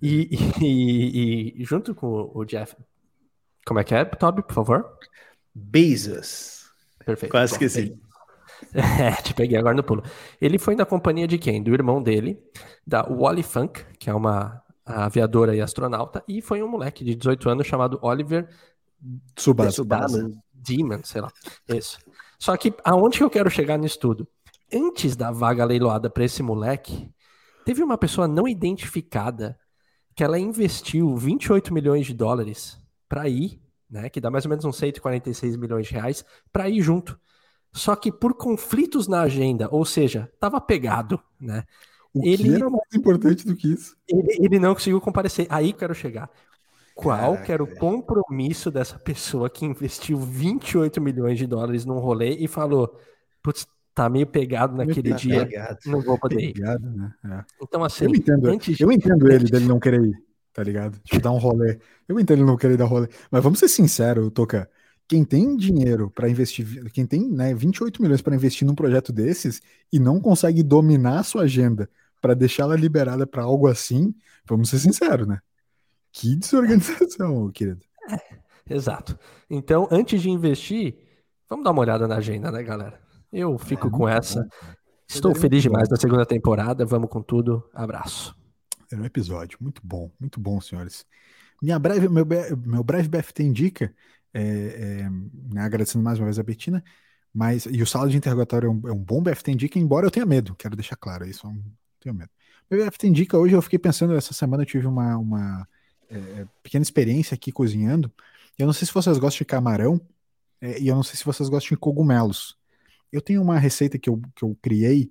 E junto com o Jeff. Como é que é, Toby, por favor? Bezos. Perfeito. Quase esqueci. Te peguei agora no pulo. Ele foi na companhia de quem? Do irmão dele, da Wally Funk, que é uma aviadora e astronauta, e foi um moleque de 18 anos chamado Oliver Tsubasa. Demon, sei lá. Isso. Só que aonde que eu quero chegar nisso tudo? Antes da vaga leiloada para esse moleque, teve uma pessoa não identificada que ela investiu 28 milhões de dólares para ir, né, que dá mais ou menos uns 146 milhões de reais, para ir junto. Só que por conflitos na agenda, ou seja, estava pegado, né? Que era mais importante do que isso? Ele não conseguiu comparecer. Aí que eu quero chegar. Qual que era o compromisso dessa pessoa que investiu 28 milhões de dólares num rolê e falou, putz, tá meio pegado naquele dia, não vou poder ir. Né? Então, assim, eu entendo ele dele não querer ir, tá ligado? Tipo, dar um rolê. Eu entendo ele não querer dar rolê. Mas vamos ser sinceros, Toca. Quem tem dinheiro para investir, quem tem, né, 28 milhões para investir num projeto desses e não consegue dominar a sua agenda para deixá-la liberada para algo assim, vamos ser sinceros, né? Que desorganização, querido. Exato. Então, antes de investir, vamos dar uma olhada na agenda, né, galera? Eu fico com essa. Bom. Estou feliz demais na segunda temporada. Vamos com tudo. Abraço. Era um episódio. Muito bom, senhores. Meu breve BFT indica, né, agradecendo mais uma vez a Betina, e o Sala de Interrogatório é um bom BFT indica, embora eu tenha medo, quero deixar claro isso, eu tenho medo. Meu BFT indica, hoje eu fiquei pensando, essa semana eu tive uma pequena experiência aqui cozinhando. Eu não sei se vocês gostam de camarão, e eu não sei se vocês gostam de cogumelos. Eu tenho uma receita que eu criei,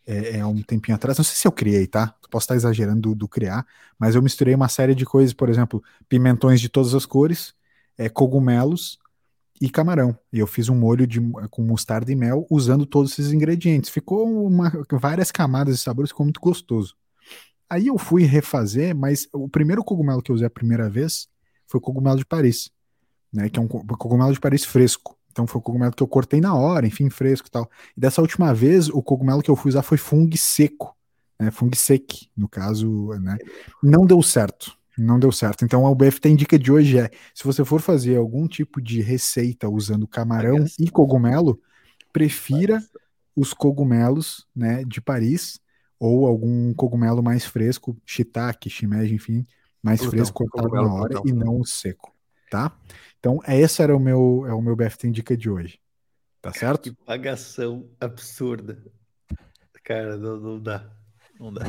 um tempinho atrás. Não sei se eu criei, tá? Posso estar exagerando do criar, mas eu misturei uma série de coisas, por exemplo, pimentões de todas as cores, cogumelos e camarão. E eu fiz um molho com mostarda e mel usando todos esses ingredientes. Ficou várias camadas de sabores, ficou muito gostoso. Aí eu fui refazer, mas o primeiro cogumelo que eu usei a primeira vez foi o cogumelo de Paris, né? Que é um cogumelo de Paris fresco. Então foi o cogumelo que eu cortei na hora, enfim, fresco e tal. E dessa última vez, o cogumelo que eu fui usar foi fungo seco, né? Fungo sec, no caso, né? Não deu certo. Não deu certo. Então, o BFT dica de hoje se você for fazer algum tipo de receita usando camarão e cogumelo, prefira os cogumelos, né, de Paris ou algum cogumelo mais fresco, shiitake, shimeji, enfim, mais Plutão, fresco cortado na hora Plutão. e não o seco, tá? Então, esse era o meu BFT dica de hoje. Tá certo? Que pagação absurda. Cara, não dá. Não dá.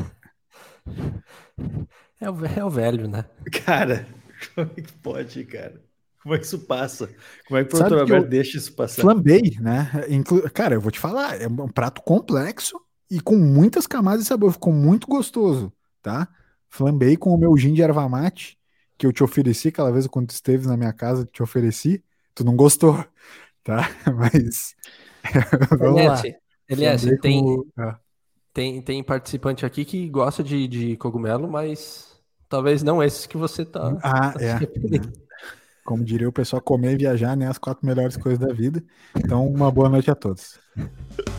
É o velho, né? Cara, como é que pode, cara? Como é que isso passa? Como é que o Sabe produtor que eu Alberto deixa isso passar? flambei, né? Cara, eu vou te falar, é um prato complexo e com muitas camadas de sabor, ficou muito gostoso, tá? Flambei com o meu gin de erva mate, que eu te ofereci aquela vez quando tu esteve na minha casa, te ofereci, tu não gostou, tá? Mas vamos lá. Elias, Flambei com... Ah. tem participante aqui que gosta de cogumelo, mas talvez não esses que você tá se referindo. Né? Como diria o pessoal, comer e viajar, né? As 4 melhores coisas da vida. Então, uma boa noite a todos.